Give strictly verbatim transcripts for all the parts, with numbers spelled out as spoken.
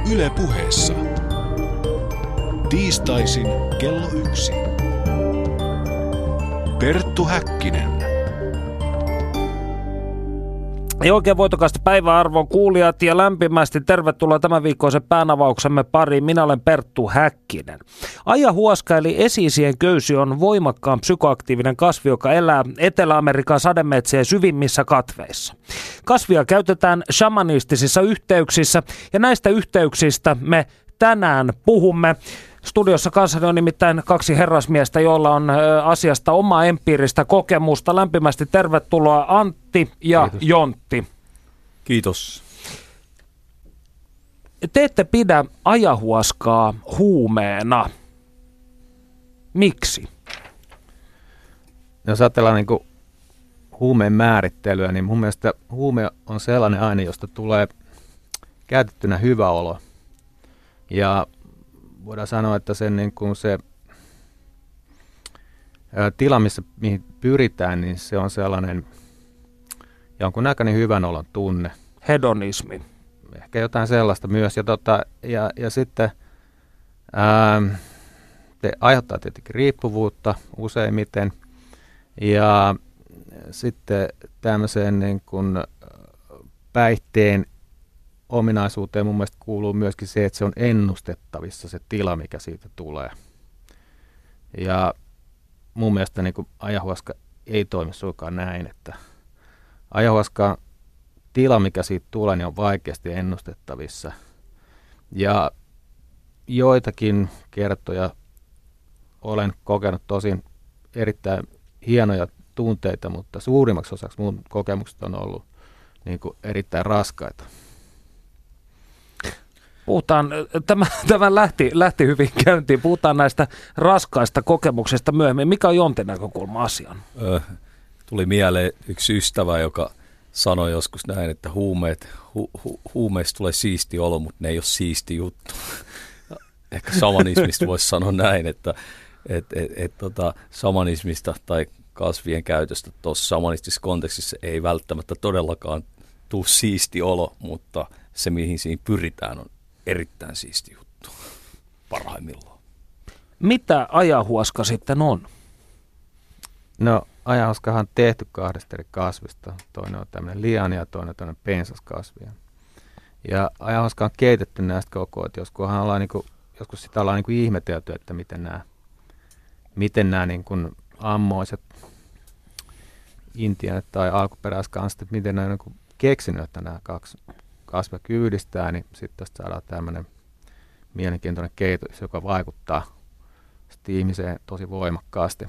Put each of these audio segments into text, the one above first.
Yle Puheessa. Tiistaisin kello yksi. Perttu Häkkinen. Ja oikein voitokasta päiväarvon kuulijat ja lämpimästi tervetuloa tämän viikkoisen päänavauksemme pariin. Minä olen Perttu Häkkinen. Ajahuaska eli esiisien köysi on voimakkaan psykoaktiivinen kasvi, joka elää Etelä-Amerikan sademetsien syvimmissä katveissa. Kasvia käytetään shamanistisissa yhteyksissä ja näistä yhteyksistä me tänään puhumme. Studiossa kanssani on nimittäin kaksi herrasmiestä, joilla on asiasta omaa empiiristä kokemusta. Lämpimästi tervetuloa Antti ja Kiitos. Jontti. Kiitos. Te ette pidä ajahuaskaa huumeena. Miksi? Jos ajatellaan niin kuin huumeen määrittelyä, niin mun mielestä huume on sellainen aine, josta tulee käytettynä hyvä olo. Ja voidaan sanoa, että sen, niin kuin se ää, tila, missä, mihin pyritään, niin se on sellainen jonkunnäköinen hyvän olon tunne. Hedonismi. Ehkä jotain sellaista myös. Ja, tota, ja, ja sitten ää, se aiheuttaa tietenkin riippuvuutta useimmiten. Ja sitten tämmöiseen niin kuin päihteen ominaisuuteen mun mielestä kuuluu myöskin se, että se on ennustettavissa se tila, mikä siitä tulee. Ja mun mielestä niin kuin ajahuaska ei toimi suinkaan näin, että ajahuaskan tila, mikä siitä tulee, niin on vaikeasti ennustettavissa. Ja joitakin kertoja olen kokenut tosin erittäin hienoja tunteita, mutta suurimmaksi osaksi mun kokemukset on ollut niin kuin erittäin raskaita. Puhutaan, tämä, tämä lähti, lähti hyvin käyntiin. Puhutaan näistä raskaista kokemuksista myöhemmin. Mikä on Jontin näkökulma asiaan? Ö, tuli mieleen yksi ystävä, joka sanoi joskus näin, että huumeet, hu, hu, huumeista tulee siisti olo, mutta ne ei ole siisti juttu. Ehkä shamanismista voisi sanoa näin, että et, et, et, tota, shamanismista tai kasvien käytöstä tuossa shamanistisessa kontekstissa ei välttämättä todellakaan tule siisti olo, mutta se mihin siinä pyritään on erittäin siisti juttu, parhaimmillaan. Mitä ajahuaska sitten on? No ajahuaskahan on tehty kahdesta eri kasvista. Toinen on tämmöinen liani ja toinen on tämmöinen pensaskasvi. Ja ajahuaska on keitetty näistä koko ajan. Joskushan ollaan niinku, joskus sitä ollaan niinku ihmetelty, että miten nämä, miten nämä niinku ammoiset intianit tai alkuperäiskansat, että miten nämä niinku keksinyt, että nämä kaksi kasvia yhdistää, niin sitten tästä saadaan tämmöinen mielenkiintoinen keitos, joka vaikuttaa ihmiseen tosi voimakkaasti.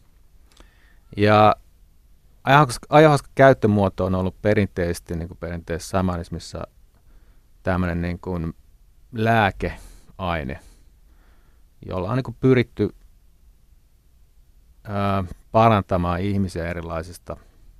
Ja ajahuaskan käyttömuoto on ollut perinteisesti, niin kuin perinteisessä shamanismissa, tämmöinen niin kuin lääkeaine, jolla on niin kuin pyritty ää, parantamaan ihmisiä erilaisista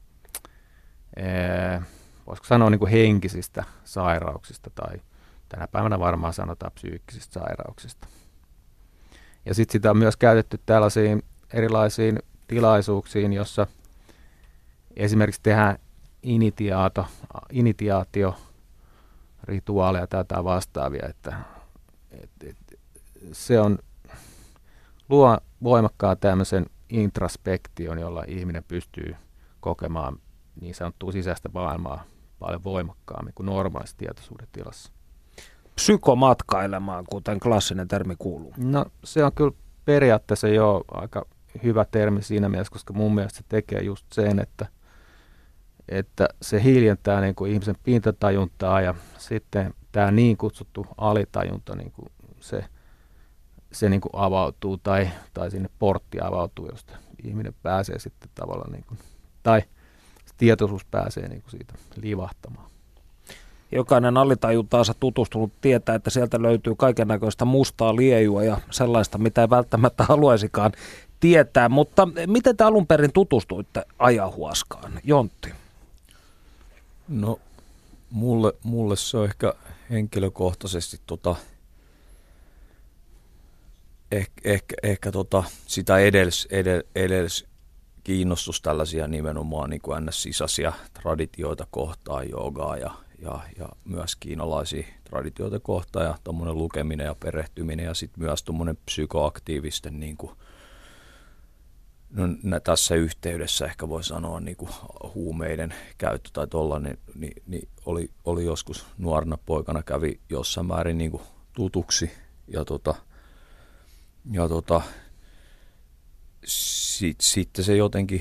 ää, voisiko sanoa niin kuin henkisistä sairauksista tai tänä päivänä varmaan sanotaan psyykkisistä sairauksista. Ja sitten sitä on myös käytetty tällaisiin erilaisiin tilaisuuksiin, jossa esimerkiksi tehdään initiaato, initiaatio, rituaaleja tai jotain vastaavia, että et, et, se on, luo voimakkaan tämmöisen introspektion, jolla ihminen pystyy kokemaan niin sanottua sisäistä maailmaa paljon voimakkaammin kuin normaalissa tietoisuuden tilassa. Psykomatkailemaan, kuten klassinen termi kuuluu. No se on kyllä periaatteessa jo aika hyvä termi siinä mielessä, koska mun mielestä se tekee just sen, että, että se hiljentää niin kuin ihmisen pintatajuntaa ja sitten tämä niin kutsuttu alitajunta, niin kuin se, se niin kuin avautuu tai, tai sinne portti avautuu, josta ihminen pääsee sitten tavallaan niin kuin, tai tietoisuus pääsee niin kuin siitä livahtamaan. Jokainen alitajuntaansa tutustunut tietää, että sieltä löytyy kaikennäköistä mustaa liejua ja sellaista, mitä ei välttämättä haluaisikaan tietää. Mutta miten te alun perin tutustuitte ajahuaskaan, Jontti? No mulle, mulle se on ehkä henkilökohtaisesti tota, ehkä, ehkä, ehkä tota, sitä edels, edels, edels kiinnostus tällaisia nimenomaan niin kuin ns-sisäisiä traditioita kohtaan, joogaa ja, ja, ja myös kiinalaisia traditioita kohtaan ja tuommoinen lukeminen ja perehtyminen ja sitten myös tuommoinen psykoaktiivisten niin kuin, no, tässä yhteydessä ehkä voi sanoa niin kuin huumeiden käyttö tai tollainen, niin, niin oli, oli joskus nuorena poikana kävi jossain määrin niin kuin tutuksi ja, tota, ja tota, sit, sitten se jotenkin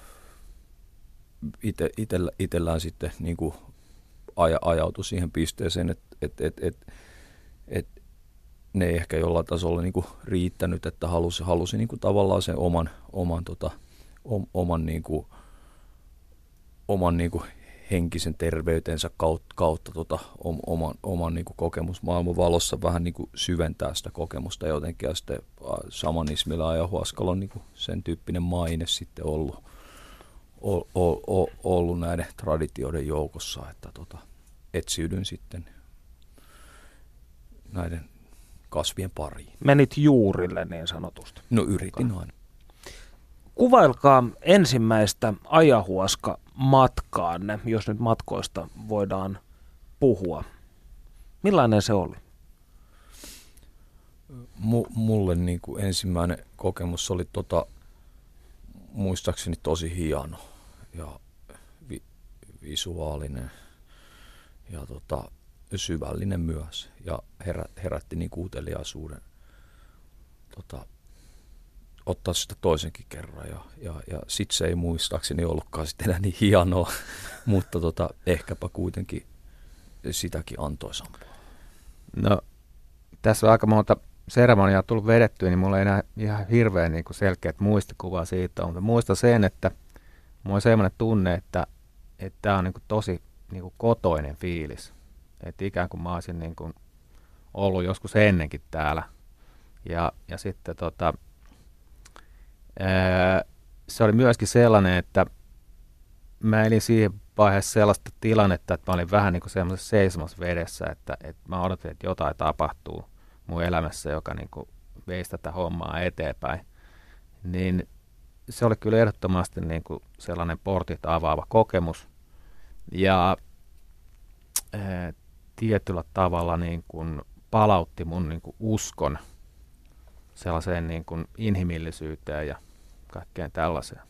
ite, itellä, itsellään sitten niin kuin aja, ajautui siihen pisteeseen, että et, et, et, et ne ei ehkä jollain tasolla niin kuin riittänyt, että halusi, halusi niin kuin tavallaan sen oman, oman, tota, om, oman, niin kuin, oman niin kuin henkisen terveytensä kautta, kautta tota, om, oman, oman niin kuin kokemusmaailman valossa vähän niin kuin syventää sitä kokemusta jotenkin. Ja sitten shamanismilla ja ayahuascalla on niin kuin sen tyyppinen maine sitten ollut, o, o, o, ollut näiden traditioiden joukossa, että tota, etsiydyn sitten näiden kasvien pariin. Menit juurille niin sanotusti. No yritin aina. Kuvailkaa ensimmäistä ayahuasca-matkaanne, jos nyt matkoista voidaan puhua. Millainen se oli? M- mulle niin kuin ensimmäinen kokemus oli tota, muistaakseni tosi hieno ja vi- visuaalinen ja tota, syvällinen myös ja herä, herätti niin uteliaisuuden tota, ottaa sitä toisenkin kerran ja, ja, ja sitten se ei muistaakseni ollutkaan sitten enää niin hienoa, mutta tota, ehkäpä kuitenkin sitäkin antoisampaa. No tässä on aika monta seremoniaa tullut vedettyä, niin mulla ei enää ihan hirveän niin kuin selkeät muistikuvaa siitä, mutta muistan sen, että mulla on sellainen tunne, että tämä on niin kuin tosi niin kuin kotoinen fiilis. Että ikään kuin mä olisin niin kuin ollut joskus ennenkin täällä. Ja, ja sitten tota, ää, se oli myöskin sellainen, että mä elin siihen vaiheessa sellaista tilannetta, että mä olin vähän niin kuin semmoisessa seisomassa vedessä, että, että mä odotin, että jotain tapahtuu mun elämässä, joka niin kuin veisi tätä hommaa eteenpäin. Niin se oli kyllä ehdottomasti niin kuin sellainen portit avaava kokemus. Ja ää, tietyllä tavalla niin kuin palautti mun niin kuin uskon sellaiseen niin kuin inhimillisyyteen ja kaikkeen tällaiseen.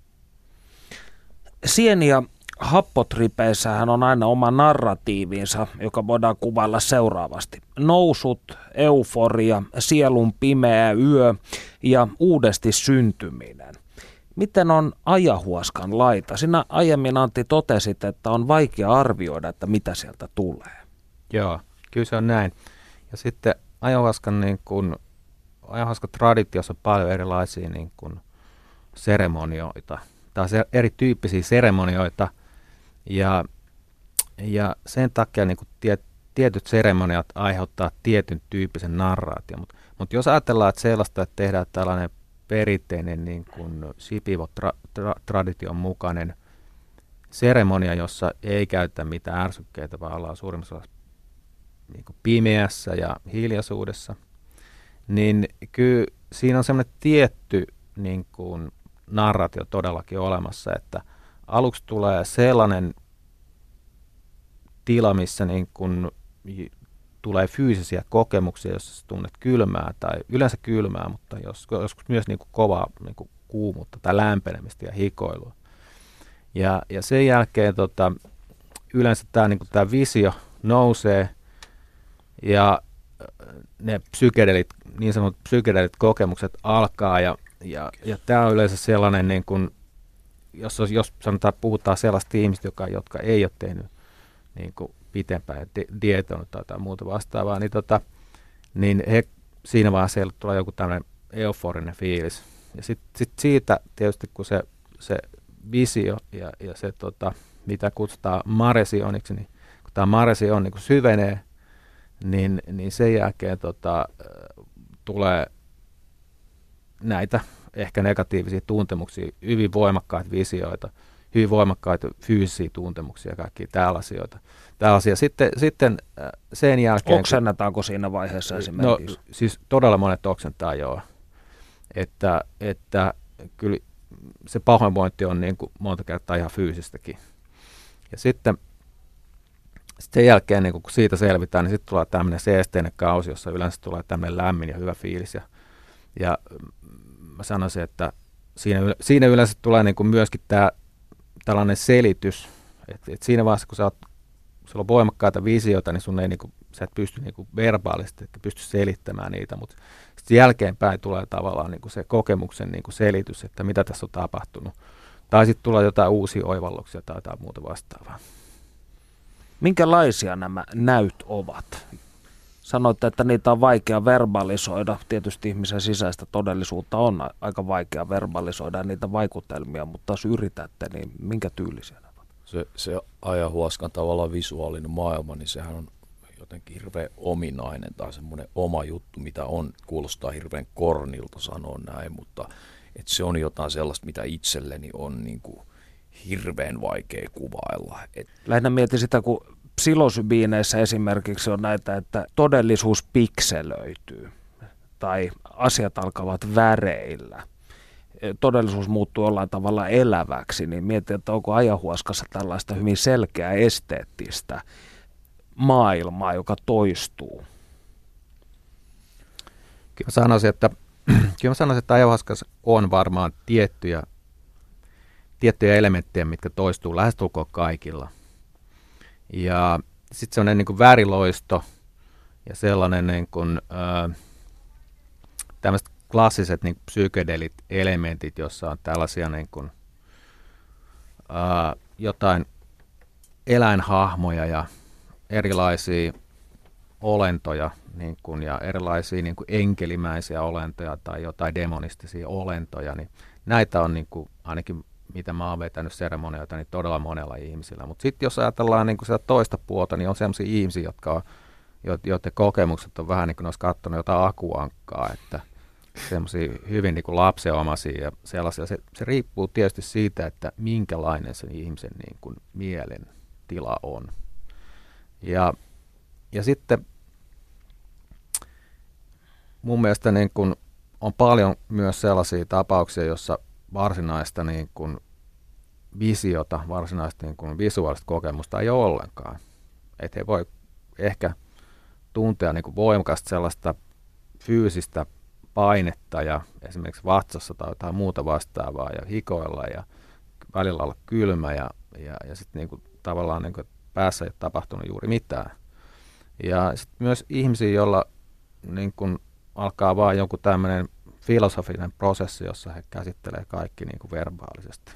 Sieni- ja happotripeissähän on aina oma narratiivinsa, joka voidaan kuvailla seuraavasti. Nousut, euforia, sielun pimeä yö ja uudesti syntyminen. Miten on ayahuascan laita? Sinä aiemmin, Antti, totesit, että on vaikea arvioida, että mitä sieltä tulee. Joo, kyllä se on näin. Ja sitten ayahuascan, niin kuin, ayahuasca-traditiossa on paljon erilaisia niin kuin seremonioita, tai erityyppisiä seremonioita, ja, ja sen takia niin kuin tiet, tietyt seremoniat aiheuttaa tietyn tyyppisen narraation. Mutta mut jos ajatellaan, että sellaista, että tehdään tällainen perinteinen niin kuin Shipivo-tradition mukainen seremonia, jossa ei käytetä mitään ärsykkeitä, vaan ollaan suurimmassa niin kuin pimeässä ja hiljaisuudessa, niin kyllä siinä on semmoinen tietty niin kuin narratio todellakin olemassa, että aluksi tulee sellainen tila, missä niin kuin tulee fyysisiä kokemuksia, jos tunnet kylmää tai yleensä kylmää, mutta jos, joskus myös niin kuin kovaa niin kuin kuumuutta tai lämpenemistä ja hikoilua. Ja, ja sen jälkeen tota, yleensä tämä, niin kuin tämä visio nousee ja ne psykedelit, niin sanotut psykedelit kokemukset alkaa ja, ja, ja tämä on yleensä sellainen, niin kuin, jos, jos sanotaan, puhutaan sellaista ihmistä, joka, jotka ei ole tehnyt niin kuin pitempään dietoinut tai jotain muuta vastaavaa, niin, tota, niin he, siinä vaiheessa tulee joku tämmöinen euforinen fiilis. Ja sitten sit siitä tietysti, kun se, se visio ja, ja se, tota, mitä kutsutaan maresioniksi, niin kun tämä maresion niin kun syvenee, niin, niin sen jälkeen tota, tulee näitä ehkä negatiivisia tuntemuksia, hyvin voimakkaita visioita, hyvin voimakkaita fyysisiä tuntemuksia ja kaikkia tällaisia. tällaisia. Sitten, sitten sen jälkeen... Oksennetaanko siinä vaiheessa esimerkiksi? No siis todella monet oksentaa joo. Että, että kyllä se pahoinvointi on niin kuin monta kertaa ihan fyysistäkin. Ja sitten sit sen jälkeen, niin kun siitä selvitään, niin sitten tulee tämmöinen seesteinen kausi, jossa yleensä tulee tämmöinen lämmin ja hyvä fiilis. Ja, ja mä sanoisin, että siinä, siinä yleensä tulee niin kuin myöskin tämä tällainen selitys, että et siinä vaiheessa, kun sä oot, sulla on voimakkaita visioita, niin sun ei, niin kuin, sä et pysty niin kuin verbaalisesti, et pysty selittämään niitä, mutta sitten jälkeenpäin tulee tavallaan niin kuin se kokemuksen niin kuin selitys, että mitä tässä on tapahtunut. Tai sitten tulee jotain uusia oivalluksia tai jotain muuta vastaavaa. Minkälaisia nämä näyt ovat? Sanoitte, että niitä on vaikea verbalisoida. Tietysti ihmisen sisäistä todellisuutta on aika vaikea verbalisoida niitä vaikutelmia, mutta jos yritätte, niin minkä tyylisiä ne ovat? Se, se ajanhuaskan tavallaan visuaalinen maailma, niin sehän on jotenkin hirveän ominainen tai semmoinen oma juttu, mitä on, kuulostaa hirveän kornilta sanoa näin, mutta että se on jotain sellaista, mitä itselleni on niin kuin hirveän vaikea kuvailla. Et Lähinnä mietin sitä, kun psilosybiineissä esimerkiksi on näitä, että todellisuus pikselöityy tai asiat alkavat väreillä. Todellisuus muuttuu jollain tavalla eläväksi, niin mietin, että onko ajanhuaskassa tällaista hyvin selkeää esteettistä maailmaa, joka toistuu. Kyllä mä sanoisin, että, kyllä mä sanoisin, että ajanhuaskassa on varmaan tiettyjä, tiettyjä elementtejä, mitkä toistuu lähestulkoon kaikilla. Ja sitten sellainen niin kuin väriloisto ja sellainen niin kuin, äh, tämmöiset klassiset niin kuin psykedelit elementit, joissa on tällaisia niin kuin, äh, jotain eläinhahmoja ja erilaisia olentoja niin kuin, ja erilaisia niin kuin enkelimäisiä olentoja tai jotain demonistisia olentoja, niin näitä on niin kuin, ainakin mitä mä oon vetänyt seremonioita, niin todella monella ihmisillä. Mutta sitten jos ajatellaan niin kuin sitä toista puolta, niin on sellaisia ihmisiä, jotka on, joiden kokemukset on vähän niin kuin olisi katsonut jotain akuankkaa, että semmoisia hyvin niin kuin lapsenomaisia ja sellaisia. Se, se riippuu tietysti siitä, että minkälainen sen ihmisen niin kuin mielen tila on. Ja, ja sitten mun mielestä niin kuin on paljon myös sellaisia tapauksia, jossa varsinaista niin kuin visiota, varsinaista niin kuin visuaalista kokemusta ei ole ollenkaan. Että he voi ehkä tuntea niin kuin voimakasta sellaista fyysistä painetta ja esimerkiksi vatsassa tai jotain muuta vastaavaa ja hikoilla ja välillä olla kylmä ja, ja, ja sitten niin kuin tavallaan niin kuin päässä ei ole tapahtunut juuri mitään. Ja sitten myös ihmisiä, joilla niin kuin alkaa vaan joku tämmöinen filosofinen prosessi, jossa he käsittelee kaikki niin kuin verbaalisesti.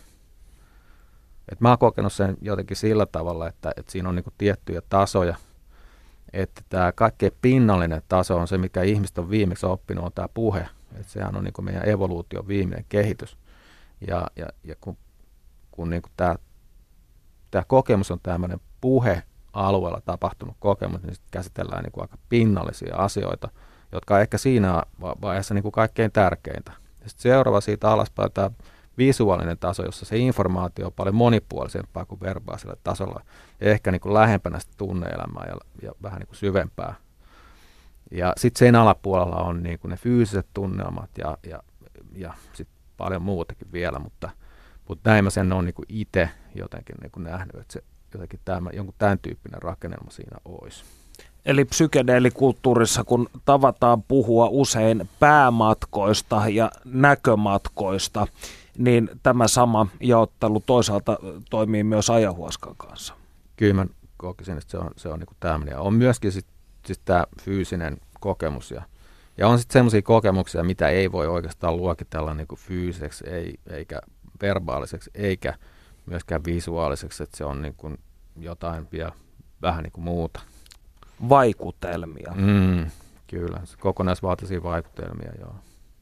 Et mä oon kokenut sen jotenkin sillä tavalla, että, että siinä on niin kuin tiettyjä tasoja, että tämä kaikkein pinnallinen taso on se, mikä ihmiset on viimeksi oppinut, on tämä puhe. Et sehän on niin kuin meidän evoluution viimeinen kehitys. Ja, ja, ja kun, kun niin kuin tämä, tämä kokemus on tämmöinen puhealueella tapahtunut kokemus, niin sitten käsitellään niin kuin aika pinnallisia asioita, jotka on ehkä siinä vaiheessa niin kuin kaikkein tärkeintä. Ja sitten seuraava siitä alaspäin tämä visuaalinen taso, jossa se informaatio on paljon monipuolisempaa kuin verbaalisella tasolla ja ehkä niin kuin lähempänä sitä tunne-elämää ja, ja vähän niin kuin syvempää. Ja sitten sen alapuolella on niin kuin ne fyysiset tunnelmat ja, ja, ja sitten paljon muutakin vielä, mutta, mutta näin mä sen on niin kuin itse jotenkin niin kuin nähnyt, että se jotenkin tämä, jonkun tämän tyyppinen rakennelma siinä olisi. Eli psykedeelikulttuurissa, kun tavataan puhua usein päämatkoista ja näkömatkoista, niin tämä sama jaottelu toisaalta toimii myös ajanhuaskan kanssa. Kyllä mä kokisin, että se on, se on niin kuin tämmöinen. On myöskin sit, sit tämä fyysinen kokemus. Ja, ja on sitten semmoisia kokemuksia, mitä ei voi oikeastaan luokitella niin kuin fyysiseksi, ei, eikä verbaaliseksi, eikä myöskään visuaaliseksi. Että se on niin kuin jotain vielä vähän niin kuin muuta. Vaikutelmia. Mm, kyllä, kokonaisvaltaisia vaikutelmia, joo.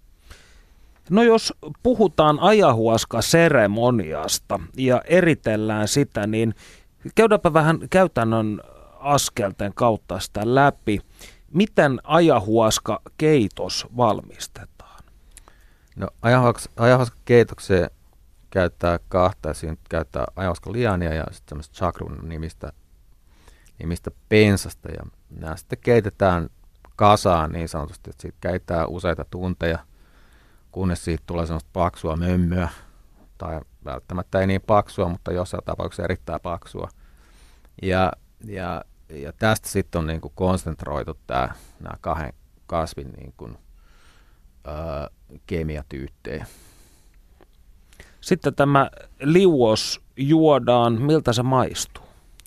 No jos puhutaan ajanhuaska-seremoniasta ja eritellään sitä, niin käydäänpä vähän käytännön askelten kautta sitä läpi. Miten ajanhuaska-keitos valmistetaan? No ajanhuaska-keitokseen käyttää kahta, siinä käyttää ajanhuaska-liania ja sitten semmoista chakrun nimistä nimistä pensasta ja nämä sitten keitetään kasaan niin sanotusti, että siitä keitetään useita tunteja, kunnes siitä tulee semmoista paksua mömmöä tai välttämättä ei niin paksua, mutta jossain tapauksessa erittäin paksua. Ja, ja, ja tästä sitten on niin kuin konsentroitu tämä, nämä kahden kasvin niin kuin, ää, kemiatyyttejä. Sitten tämä liuos juodaan, miltä se maistuu?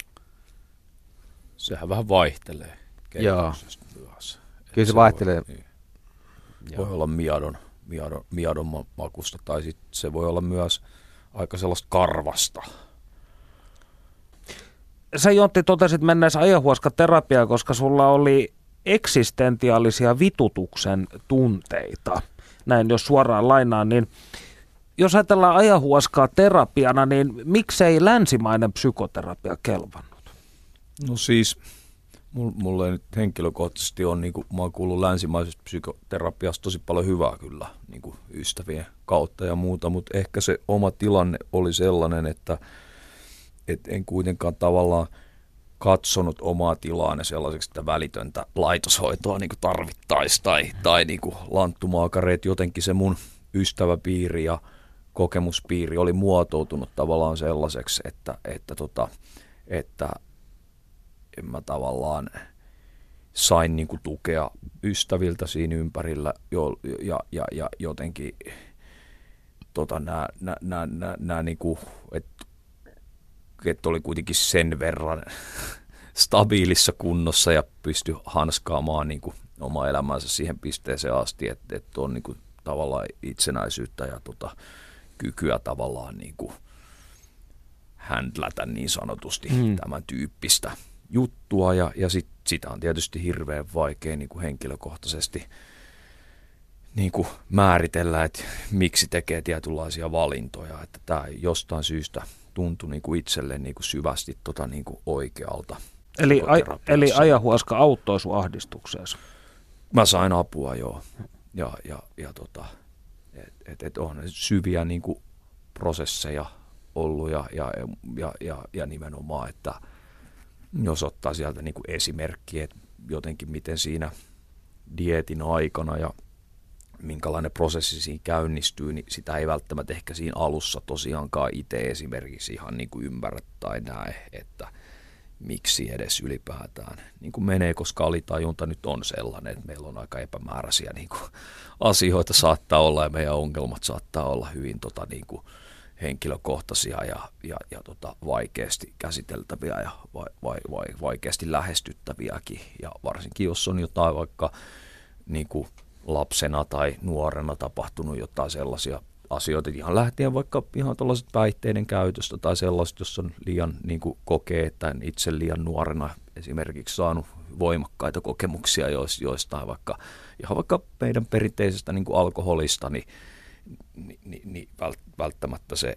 Sehän vähän vaihtelee. Joo. Myös. Kyllä se, se vaihtelee. Voi, niin. voi olla miadon, miadon, miadon makusta tai sitten se voi olla myös aika sellaista karvasta. Sä Jontti totesit menneessä ayahuasca-terapiaa, koska sulla oli eksistentiaalisia vitutuksen tunteita. Näin jos suoraan lainaan, niin jos ajatellaan ayahuascaa terapiana, niin miksei länsimainen psykoterapia kelvannut? No siis, mulla ei nyt henkilökohtaisesti ole, niin kuin, mä oon kuullut länsimaisesta psykoterapiasta tosi paljon hyvää kyllä niin kuin ystävien kautta ja muuta, mutta ehkä se oma tilanne oli sellainen, että et en kuitenkaan tavallaan katsonut omaa tilaani sellaiseksi, että välitöntä laitoshoitoa niin kuin tarvittaisi tai, tai niin kuin lanttumaakareet, jotenkin se mun ystäväpiiri ja kokemuspiiri oli muotoutunut tavallaan sellaiseksi, että, että, tota, että en mä tavallaan sain niin kuin tukea ystäviltä siinä ympärillä jo, ja, ja, ja jotenkin tota, nää, nää, nää, nää, nää niin kuin, että et oli kuitenkin sen verran stabiilissa kunnossa ja pystyi hanskaamaan niin kuin omaa elämänsä siihen pisteeseen asti, että, että on niin kuin tavallaan itsenäisyyttä ja tota, kykyä tavallaan niin kuin händlätä niin sanotusti hmm. tämän tyyppistä juttua ja, ja sit, sitä on tietysti hirveän vaikea niin kuin henkilökohtaisesti niin kuin määritellä, että miksi tekee tietynlaisia valintoja, että tämä jostain syystä tuntui niin kuin itselleen niin kuin syvästi tota, niin kuin oikealta. Eli, a, eli ayahuasca auttoi sun ahdistukseensa? Mä sain apua, joo. Ja, ja, ja tota, et, et, et on syviä niin kuin prosesseja ollut ja, ja, ja, ja, ja nimenomaan, että jos ottaa sieltä niin kuin esimerkkiä, että jotenkin miten siinä dieetin aikana ja minkälainen prosessi siinä käynnistyy, niin sitä ei välttämättä ehkä siinä alussa tosiaankaan itse esimerkiksi ihan niin kuin ymmärrä tai näe, että miksi edes ylipäätään niin kuin menee, koska alitajunta nyt on sellainen, että meillä on aika epämääräisiä niin kuin asioita saattaa olla ja meidän ongelmat saattaa olla hyvin tota, niin kuin henkilökohtaisia ja, ja, ja tota, vaikeasti käsiteltäviä ja vai, vai, vai, vaikeasti lähestyttäviäkin ja varsinkin jos on jotain vaikka niin kuin lapsena tai nuorena tapahtunut jotain sellaisia asioita, ihan lähtien vaikka ihan tällaiset päihteiden käytöstä tai sellaiset, jos on liian niin kuin kokee, että itse liian nuorena esimerkiksi saanut voimakkaita kokemuksia joistain vaikka ihan vaikka meidän perinteisestä niin kuin alkoholista, niin, niin, niin, niin välttämättä se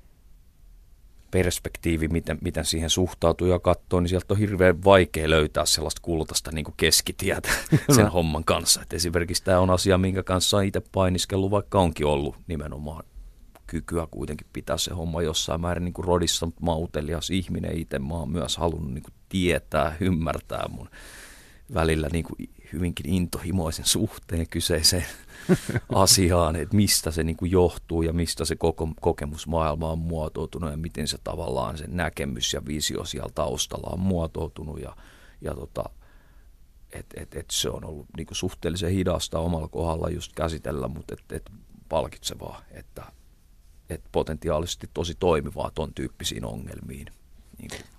perspektiivi, miten, miten siihen suhtautuu ja katsoo, niin sieltä on hirveän vaikea löytää sellaista kultaista niin kuin keskitietä sen homman kanssa. Et esimerkiksi tämä on asia, minkä kanssa on itse painiskellut, vaikka onkin ollut nimenomaan kykyä kuitenkin pitää se homma jossain määrin niin kuin rodissa, mutta mä oon utelias ihminen itse. Mä oon myös halunnut niin kuin tietää, ymmärtää mun välillä niin kuin hyvinkin intohimoisen suhteen kyseiseen asiaan, että mistä se niin kuin johtuu ja mistä se koko kokemusmaailma on muotoutunut ja miten se tavallaan se näkemys ja visio siellä taustalla on muotoutunut ja, ja tota, että et, et se on ollut niin kuin suhteellisen hidasta omalla kohdalla just käsitellä, mutta et, et palkitsevaa, että et potentiaalisesti tosi toimivaa ton tyyppisiin ongelmiin. Niin kuin.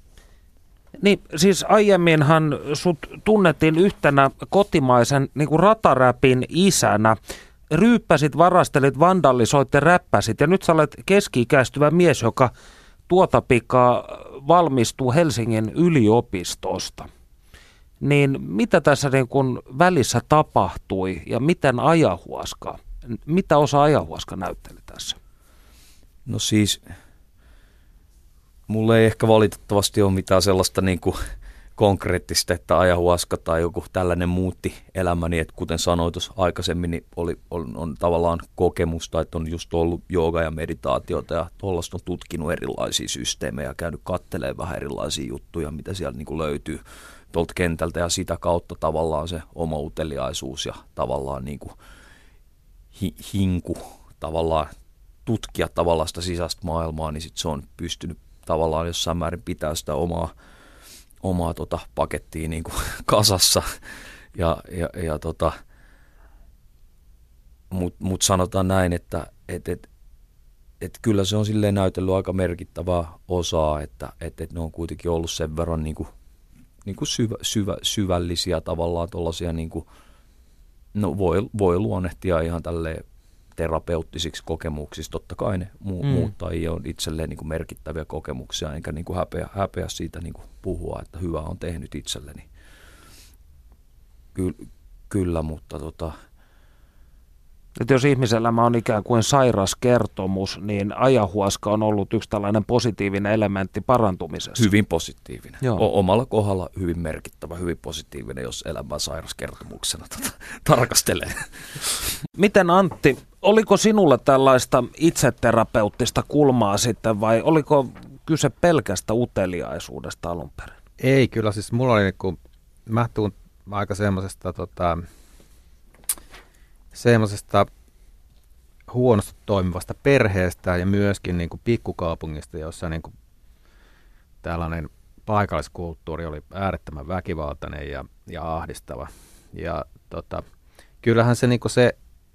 Niin, siis aiemminhan sut tunnettiin yhtenä kotimaisen niin kuin rataräpin isänä. Ryyppäsit, varastelit, vandalisoit ja räppäsit. Ja nyt sä olet keski-ikäistyvä mies, joka tuota pikaa valmistuu Helsingin yliopistosta. Niin mitä tässä niin kuin välissä tapahtui ja miten ayahuasca, mitä osa ayahuasca näytteli tässä? No siis mulla ei ehkä valitettavasti ole mitään sellaista niin kuin konkreettista, että ayahuasca tai joku tällainen muutti elämäni, että kuten sanoin tuossa aikaisemmin, niin oli, on, on tavallaan kokemusta, että on just ollut jooga ja meditaatiota ja tuollaista on tutkinut erilaisia systeemejä ja käynyt katselemaan vähän erilaisia juttuja, mitä siellä niin kuin löytyy tuolta kentältä ja sitä kautta tavallaan se oma uteliaisuus ja tavallaan niin kuin hi, hinku tavallaan tutkia tavallaan sitä sisäistä maailmaa, niin sit se on pystynyt tavallaan jossain määrin pitää sitä omaa, omaa tota pakettia niin kuin kasassa. Ja, ja, ja tota, Mutta mut sanotaan näin, että et, et, et kyllä se on silleen näytellyt aika merkittävää osaa, että et, et ne on kuitenkin ollut sen verran niinku, niinku syvä, syvä, syvällisiä tavallaan tuollaisia, niinku, no voi, voi luonnehtia ihan tälleen terapeuttisiksi kokemuksiksi. Totta kai ne mu- mm. muuttajia on itselleen niinku merkittäviä kokemuksia, enkä niinku häpeä, häpeä siitä niinku puhua, että hyvä on tehnyt itselleni. Ky- kyllä, mutta tota... Että jos ihmiselämä on ikään kuin sairas kertomus, niin ajahuaska on ollut yksi tällainen positiivinen elementti parantumisessa. Hyvin positiivinen. O- omalla kohdalla hyvin merkittävä, hyvin positiivinen, jos elämää sairaskertomuksena tota, tarkastelee. Miten Antti, oliko sinulle tällaista itseterapeuttista kulmaa sitten vai oliko kyse pelkästä uteliaisuudesta alun perin? Ei, kyllä siis mulla oli, kun mä tuun aika semmoisesta tota, semmoisesta huonosti toimivasta perheestä ja myöskin niin kuin pikkukaupungista, jossa niin kuin tällainen paikalliskulttuuri oli äärettömän väkivaltainen ja, ja ahdistava. Ja tota, kyllähän se, niin kuin se,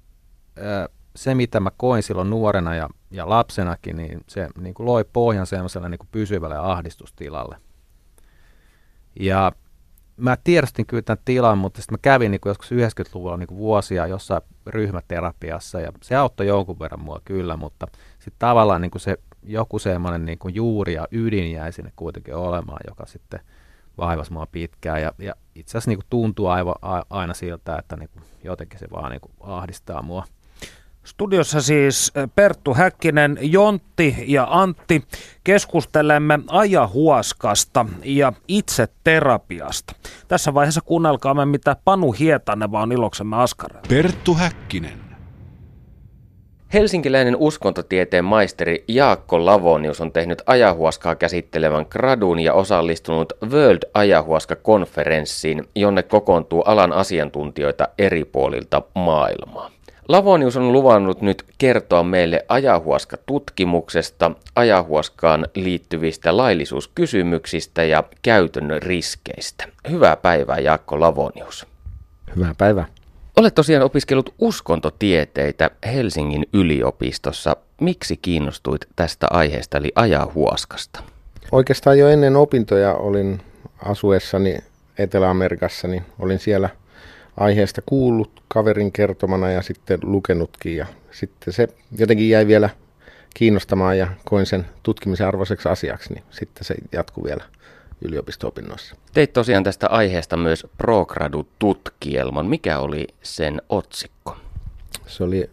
se, mitä mä koin silloin nuorena ja, ja lapsenakin, niin se niin kuin loi pohjan semmoiselle niin kuin pysyvälle ahdistustilalle. Ja mä tiedostin kyllä tämän tilan, mutta sitten mä kävin niin kuin joskus yhdeksänkymmentäluvulla niin kuin vuosia jossain ryhmäterapiassa ja se auttoi jonkun verran mua kyllä, mutta sitten tavallaan niin kuin se joku semmoinen niin kuin juuri ja ydin jäi sinne kuitenkin olemaan, joka sitten vaivasi mua pitkään ja, ja itse asiassa niin kuin tuntuu aivan, aina siltä, että niin kuin jotenkin se vaan niin kuin ahdistaa mua. Studiossa siis Perttu Häkkinen, Jontti ja Antti. Keskustelemme ajahuaskasta ja itseterapiasta. Tässä vaiheessa kuunnelkaamme, mitä Panu Hietaneva on iloksemme askarella. Perttu Häkkinen. Helsinkiläinen uskontotieteen maisteri Jaakko Lavonius on tehnyt ajahuaskaa käsittelevän gradun ja osallistunut World Ajahuaska-konferenssiin, jonne kokoontuu alan asiantuntijoita eri puolilta maailmaa. Lavonius on luvannut nyt kertoa meille ajahuaska-tutkimuksesta, ajahuaskaan liittyvistä laillisuuskysymyksistä ja käytön riskeistä. Hyvää päivää, Jaakko Lavonius. Hyvää päivää. Olet tosiaan opiskellut uskontotieteitä Helsingin yliopistossa. Miksi kiinnostuit tästä aiheesta eli ajahuaskasta? Oikeastaan jo ennen opintoja olin asuessani Etelä-Amerikassa, niin olin siellä aiheesta kuullut kaverin kertomana ja sitten lukenutkin ja sitten se jotenkin jäi vielä kiinnostamaan ja koin sen tutkimisen arvoiseksi asiaksi, niin sitten se jatkui vielä yliopisto-opinnoissa. Teit tosiaan tästä aiheesta myös ProGradu-tutkielman. Mikä oli sen otsikko? Se oli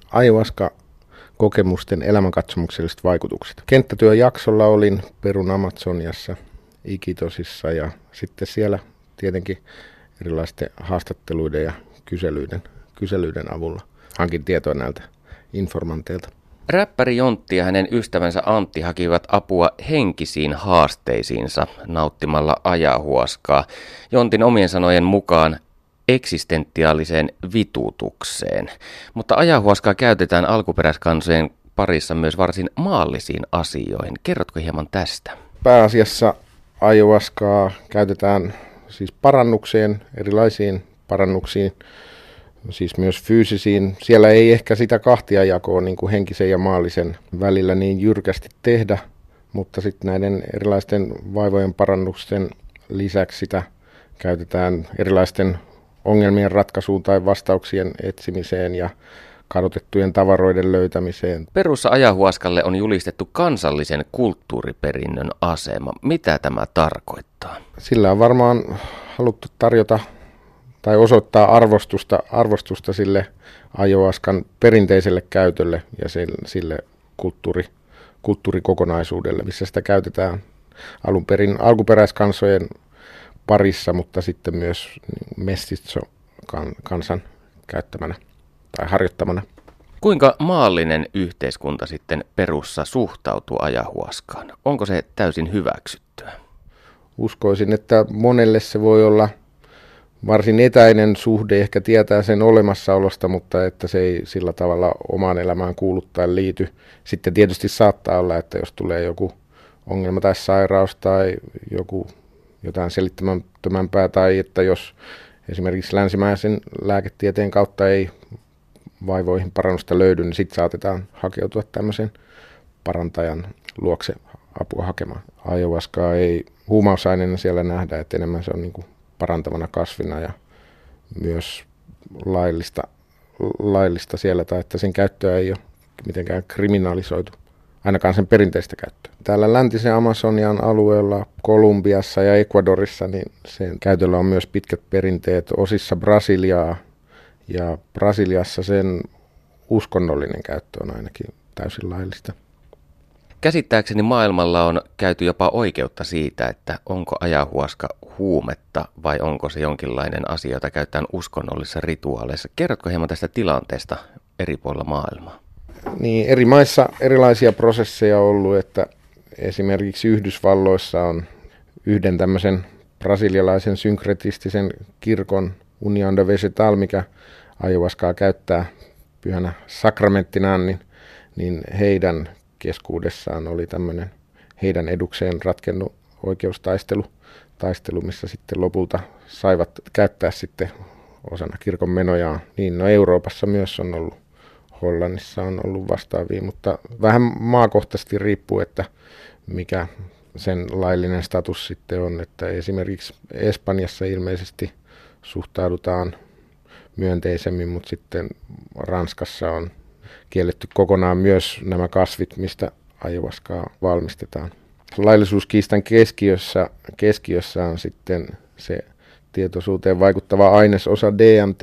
ajahuaska-kokemusten elämänkatsomukselliset vaikutukset. Kenttätyöjaksolla olin Perun Amazoniassa, Ikitosissa ja sitten siellä tietenkin erilaisten haastatteluiden ja kyselyiden, kyselyiden avulla hankin tietoa näiltä informanteilta. Räppäri Jontti ja hänen ystävänsä Antti hakivat apua henkisiin haasteisiinsa nauttimalla ajahuaskaa. Jontin omien sanojen mukaan eksistentiaaliseen vitutukseen. Mutta ajahuaskaa käytetään alkuperäiskansojen parissa myös varsin maallisiin asioihin. Kerrotko hieman tästä? Pääasiassa ajahuaskaa käytetään siis parannukseen, erilaisiin parannuksiin, siis myös fyysisiin. Siellä ei ehkä sitä kahtiajakoa niin kuin henkisen ja maallisen välillä niin jyrkästi tehdä, mutta sitten näiden erilaisten vaivojen parannusten lisäksi sitä käytetään erilaisten ongelmien ratkaisuun tai vastauksien etsimiseen ja kadotettujen tavaroiden löytämiseen. Perussa ajahuaskalle on julistettu kansallisen kulttuuriperinnön asema. Mitä tämä tarkoittaa? Sillä on varmaan haluttu tarjota tai osoittaa arvostusta, arvostusta sille ajahuaskan perinteiselle käytölle ja sille kulttuuri, kulttuurikokonaisuudelle, missä sitä käytetään alun perin alkuperäiskansojen parissa, mutta sitten myös mestizo-kansan käyttämänä tai harjoittamana. Kuinka maallinen yhteiskunta sitten Perussa suhtautuu ajahuaskaan? Onko se täysin hyväksyttyä? Uskoisin, että monelle se voi olla varsin etäinen suhde, ehkä tietää sen olemassaolosta, mutta että se ei sillä tavalla omaan elämään kuulu tai liity. Sitten tietysti saattaa olla, että jos tulee joku ongelma tai sairaus tai joku jotain selittämättömämpää tai että jos esimerkiksi länsimäisen lääketieteen kautta ei vaivoihin parannusta löydy, niin sitten saatetaan hakeutua tämmöisen parantajan luokse apua hakemaan. Ayahuascaa ei huumausaineena siellä nähdä, että enemmän se on niin kuin parantavana kasvina ja myös laillista, laillista siellä, tai että sen käyttöä ei ole mitenkään kriminalisoitu, ainakaan sen perinteistä käyttöä. Täällä läntisen Amazonian alueella, Kolumbiassa ja Ecuadorissa, niin sen käytöllä on myös pitkät perinteet osissa Brasiliaa, ja Brasiliassa sen uskonnollinen käyttö on ainakin täysin laillista. Käsittääkseni maailmalla on käyty jopa oikeutta siitä, että onko ayahuasca huumetta vai onko se jonkinlainen asia, jota käytetään uskonnollisissa rituaaleissa. Kerrotko hieman tästä tilanteesta eri puolilla maailmaa? Niin, eri maissa erilaisia prosesseja on ollut, että esimerkiksi Yhdysvalloissa on yhden tämmöisen brasilialaisen synkretistisen kirkon União da Vegetal, mikä ayahuascaa käyttää pyhänä sakramenttinaan, niin, niin heidän keskuudessaan oli tämmöinen heidän edukseen ratkennut oikeustaistelu, taistelu, missä sitten lopulta saivat käyttää sitten osana kirkon menojaan. Niin, no Euroopassa myös on ollut, Hollannissa on ollut vastaavia, mutta vähän maakohtaisesti riippuu, että mikä sen laillinen status sitten on, että esimerkiksi Espanjassa ilmeisesti suhtaudutaan myönteisemmin, mutta sitten Ranskassa on kielletty kokonaan myös nämä kasvit, mistä ayahuascaa valmistetaan. Laillisuuskiistan keskiössä, keskiössä on sitten se tietoisuuteen vaikuttava ainesosa D M T,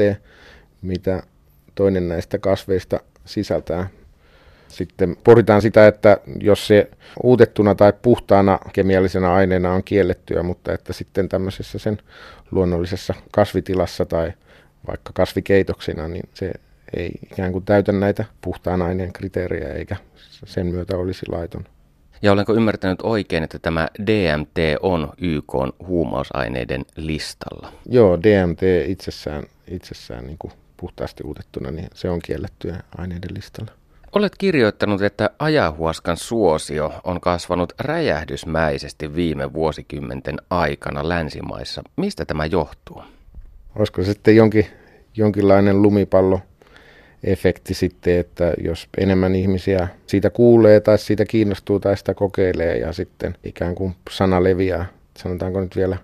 mitä toinen näistä kasveista sisältää. Sitten pohditaan sitä, että jos se uutettuna tai puhtaana kemiallisena aineena on kiellettyä, mutta että sitten tämmöisessä sen luonnollisessa kasvitilassa tai vaikka kasvikeitoksina, niin se ei ikään kuin täytä näitä puhtaan aineen kriteerejä, eikä sen myötä olisi laiton. Ja olenko ymmärtänyt oikein, että tämä D M T on Y K:n huumausaineiden listalla? Joo, D M T itsessään, itsessään niin kuin puhtaasti uutettuna, niin se on kiellettyä aineiden listalla. Olet kirjoittanut, että ayahuascan suosio on kasvanut räjähdysmäisesti viime vuosikymmenten aikana länsimaissa. Mistä tämä johtuu? Olisiko se sitten jonkin, jonkinlainen lumipalloefekti sitten, että jos enemmän ihmisiä siitä kuulee tai siitä kiinnostuu tai sitä kokeilee ja sitten ikään kuin sana leviää. Sanotaanko nyt vielä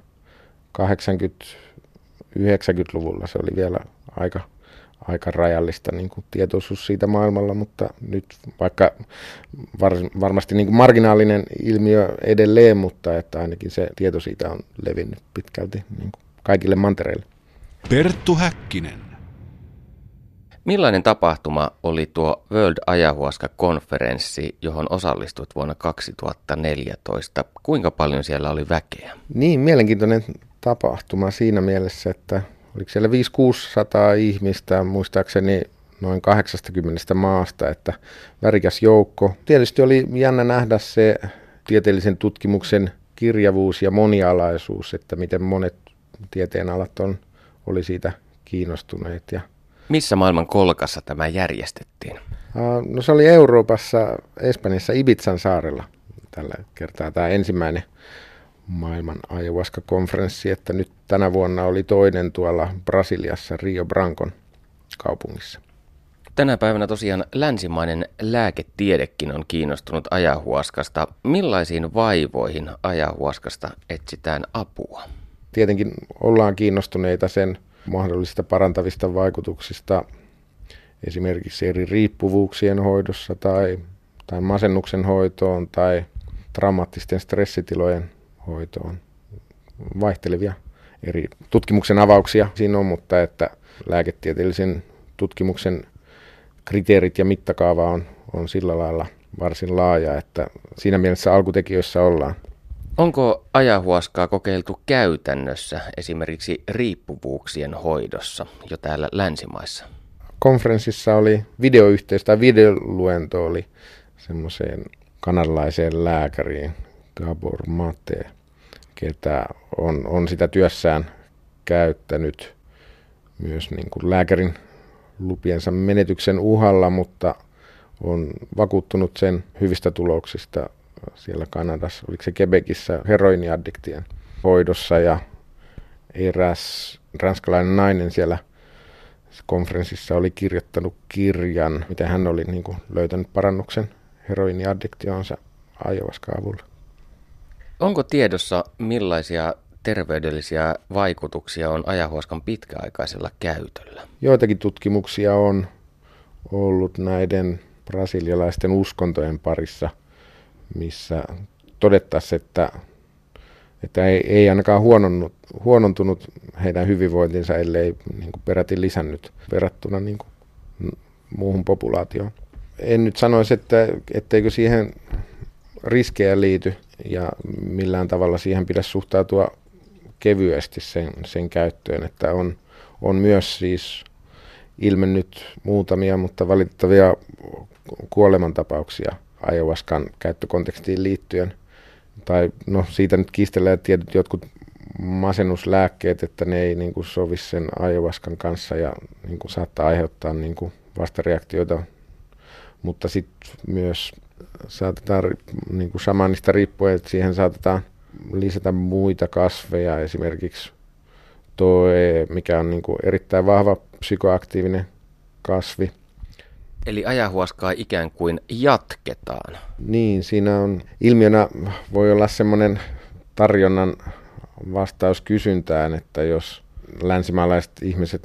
kahdeksankymmentä-yhdeksänkymmentäluvulla se oli vielä aika, aika rajallista niin kuin tietoisuus siitä maailmalla, mutta nyt vaikka var, varmasti niin kuin marginaalinen ilmiö edelleen, mutta että ainakin se tieto siitä on levinnyt pitkälti niin kuin kaikille mantereille. Perttu Häkkinen. Millainen tapahtuma oli tuo World Ayahuasca-konferenssi, johon osallistuit vuonna kaksituhattaneljätoista? Kuinka paljon siellä oli väkeä? Niin, mielenkiintoinen tapahtuma siinä mielessä, että oliko siellä viisi kuusisataa ihmistä, muistaakseni noin kahdeksankymmentä maasta, että värikäs joukko. Tietysti oli jännä nähdä se tieteellisen tutkimuksen kirjavuus ja monialaisuus, että miten monet tieteenalat on, oli siitä kiinnostuneet. Ja missä maailman kolkassa tämä järjestettiin? No se oli Euroopassa, Espanjassa Ibizan saarella tällä kertaa tämä ensimmäinen maailman ayahuasca-konferenssi, että nyt tänä vuonna oli toinen tuolla Brasiliassa Rio Brancon kaupungissa. Tänä päivänä tosiaan länsimainen lääketiedekin on kiinnostunut ayahuascasta. Millaisiin vaivoihin ayahuascasta etsitään apua? Tietenkin ollaan kiinnostuneita sen mahdollisista parantavista vaikutuksista esimerkiksi eri riippuvuuksien hoidossa tai, tai masennuksen hoitoon tai traumaattisten stressitilojen hoitoon. Vaihtelevia eri tutkimuksen avauksia siinä on, mutta että lääketieteellisen tutkimuksen kriteerit ja mittakaava on, on sillä lailla varsin laaja, että siinä mielessä alkutekijöissä ollaan. Onko ayahuascaa kokeiltu käytännössä esimerkiksi riippuvuuksien hoidossa jo täällä länsimaissa? Konferenssissa oli videoyhteys tai videoluento oli semmoiseen kanadalaiseen lääkäriin, Gabor Mate, ketä on, on sitä työssään käyttänyt myös niin kuin lääkärin lupiensa menetyksen uhalla, mutta on vakuuttunut sen hyvistä tuloksista siellä Kanadassa, oliko se Quebecissä heroiniaddiktien hoidossa, ja eräs ranskalainen nainen siellä konferenssissa oli kirjoittanut kirjan, miten hän oli niin kuin löytänyt parannuksen heroiniaddiktionsa ayahuascan avulla. Onko tiedossa, millaisia terveydellisiä vaikutuksia on ayahuascan pitkäaikaisella käytöllä? Joitakin tutkimuksia on ollut näiden brasilialaisten uskontojen parissa, missä todettaisiin, että, että ei, ei ainakaan huononnut, huonontunut heidän hyvinvointinsa, ellei niin kuin peräti lisännyt verrattuna niin kuin muuhun populaatioon. En nyt sanoisi, että etteikö siihen riskejä liity ja millään tavalla siihen pitäisi suhtautua kevyesti sen, sen käyttöön, että on, on myös siis ilmennyt muutamia, mutta valitettavia kuolemantapauksia ayahuascan käyttökontekstiin liittyen. Tai no siitä nyt kiistellään tietyt jotkut masennuslääkkeet, että ne ei niin kuin sovi sen ayahuascan kanssa ja niin kuin saattaa aiheuttaa niin kuin vastareaktioita, mutta sitten myös saatetaan niin kuin shamanista riippuen, että siihen saatetaan lisätä muita kasveja, esimerkiksi toe, mikä on niin kuin erittäin vahva psykoaktiivinen kasvi. Eli ayahuascaa ikään kuin jatketaan. Niin, siinä on ilmiönä voi olla semmoinen tarjonnan vastaus kysyntään, että jos länsimaalaiset ihmiset,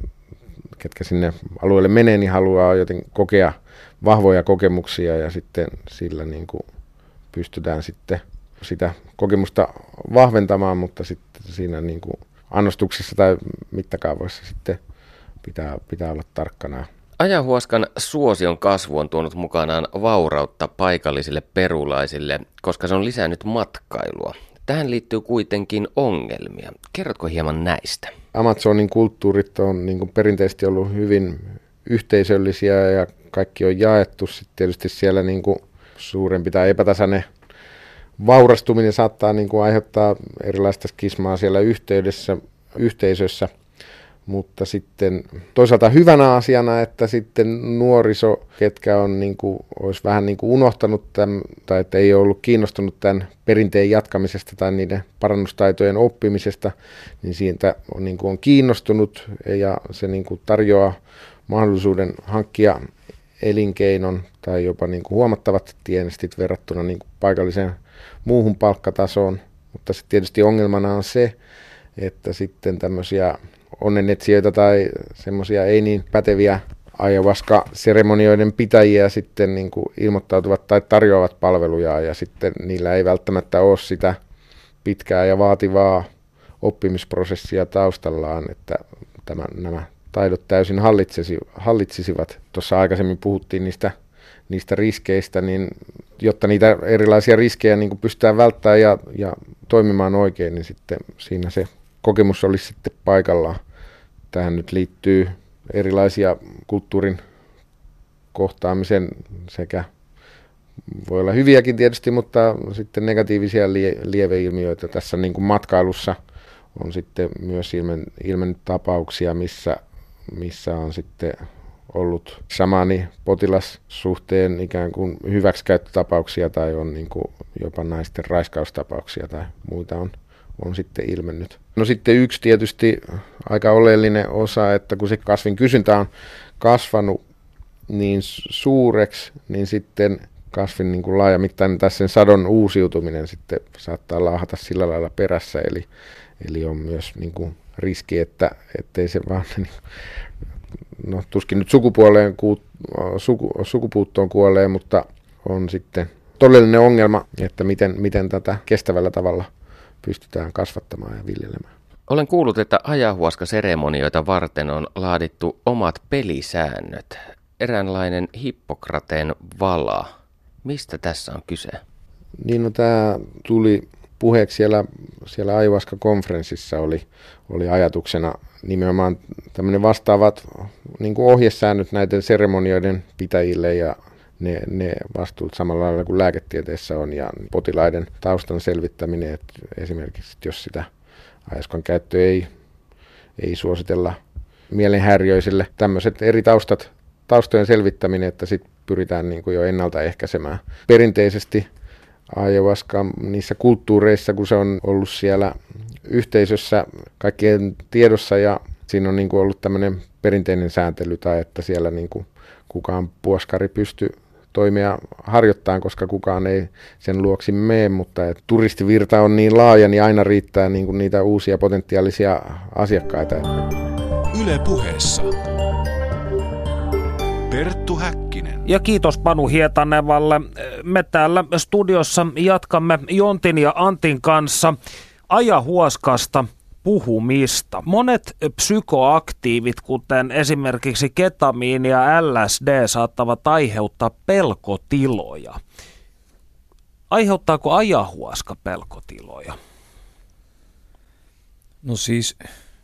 ketkä sinne alueelle menee, niin haluaa joten kokea vahvoja kokemuksia ja sitten sillä niin kuin pystytään sitten sitä kokemusta vahventamaan, mutta sitten siinä niin kuin annostuksessa tai mittakaavoissa sitten pitää, pitää olla tarkkana. Ayahuascan suosion kasvu on tuonut mukanaan vaurautta paikallisille perulaisille, koska se on lisännyt matkailua. Tähän liittyy kuitenkin ongelmia. Kerrotko hieman näistä? Amazonin kulttuurit on niin kuin perinteisesti ollut hyvin yhteisöllisiä ja kaikki on jaettu. Sitten tietysti siellä niin kuin suurempi tai epätasainen vaurastuminen saattaa niin kuin aiheuttaa erilaista skismaa siellä yhteydessä, yhteisössä. Mutta sitten toisaalta hyvänä asiana, että sitten nuoriso, ketkä on niin kuin, olisi vähän niin kuin unohtanut tämän, tai että ei ole ollut kiinnostunut tämän perinteen jatkamisesta tai niiden parannustaitojen oppimisesta, niin siitä on, niin kuin on kiinnostunut ja se niin kuin tarjoaa mahdollisuuden hankkia elinkeinon tai jopa niin kuin huomattavat tienestit verrattuna niin kuin paikalliseen muuhun palkkatasoon. Mutta sitten tietysti ongelmana on se, että sitten tämmöisiä onnenetsijöitä tai semmoisia ei niin päteviä ayahuasca-seremonioiden pitäjiä sitten niin kuin ilmoittautuvat tai tarjoavat palveluja ja sitten niillä ei välttämättä ole sitä pitkää ja vaativaa oppimisprosessia taustallaan, että tämän, nämä taidot täysin hallitsisi, hallitsisivat. Tuossa aikaisemmin puhuttiin niistä, niistä riskeistä, niin jotta niitä erilaisia riskejä niin kuin pystytään välttämään ja, ja toimimaan oikein, niin sitten siinä se kokemus olisi sitten paikallaan. Tähän nyt liittyy erilaisia kulttuurin kohtaamisen sekä voi olla hyviäkin tietysti, mutta sitten negatiivisia lie- lieveilmiöitä. Tässä niin kuin matkailussa on sitten myös ilmen, ilmennyt tapauksia, missä, missä on sitten ollut samani potilassuhteen ikään kuin hyväksikäyttötapauksia tai on niin kuin jopa naisten raiskaustapauksia tai muita on, on sitten ilmennyt. No sitten yksi tietysti aika oleellinen osa, että kun se kasvin kysyntä on kasvanut niin suureksi, niin sitten kasvin niin kuin laajamittainen tässä sen sadon uusiutuminen sitten saattaa laahata sillä lailla perässä, eli, eli on myös niin kuin riski, että ettei se vaan, no tuskin nyt sukupuoleen, suku, sukupuuttoon kuolee, mutta on sitten todellinen ongelma, että miten, miten tätä kestävällä tavalla pystytään kasvattamaan ja viljelemään. Olen kuullut, että ayahuasca-seremonioita varten on laadittu omat pelisäännöt. Eräänlainen Hippokrateen vala. Mistä tässä on kyse? Niin, no tämä tuli puheeksi siellä, siellä ayahuasca-konferenssissa oli, oli ajatuksena nimenomaan tämmöinen vastaavat niin kuin ohjesäännöt näiden seremonioiden pitäjille ja ne, ne vastuut samalla lailla kuin lääketieteessä on ja potilaiden taustan selvittäminen, että esimerkiksi jos sitä ayahuascan käyttö ei ei suositella mielenhäiriöisille. Tämmöiset eri taustat, taustojen selvittäminen, että sitten pyritään niin kuin jo ennaltaehkäisemään. Perinteisesti ayahuasca niissä kulttuureissa, kun se on ollut siellä yhteisössä kaikkien tiedossa ja siinä on niin kuin ollut tämmöinen perinteinen sääntely tai että siellä niin kuin kukaan puoskari pysty toimia harjoittamaan, koska kukaan ei sen luoksi mene, mutta et turistivirta on niin laaja, niin aina riittää niin kuin niitä uusia potentiaalisia asiakkaita. Yle Puheessa Perttu Häkkinen. Ja kiitos Panu Hietanevalle. Me täällä studiossa jatkamme Jontin ja Antin kanssa ayahuascasta puhumista. Monet psykoaktiivit, kuten esimerkiksi ketamiini ja L S D, saattavat aiheuttaa pelkotiloja. Aiheuttaako ayahuasca pelkotiloja? No siis,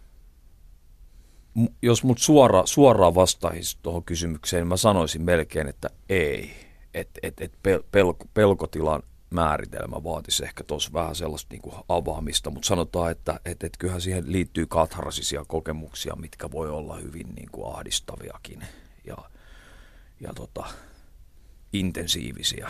jos mut suora, suoraan vastaisi tuohon kysymykseen, niin mä sanoisin melkein, että ei. Että et, et pel, pelko, pelkotilan määritelmä vaatisi ehkä tuossa vähän sellaista niin kuin avaamista, mutta sanotaan, että et, et kyllähän siihen liittyy katharsisia kokemuksia, mitkä voi olla hyvin niin kuin ahdistaviakin ja, ja tota, intensiivisiä.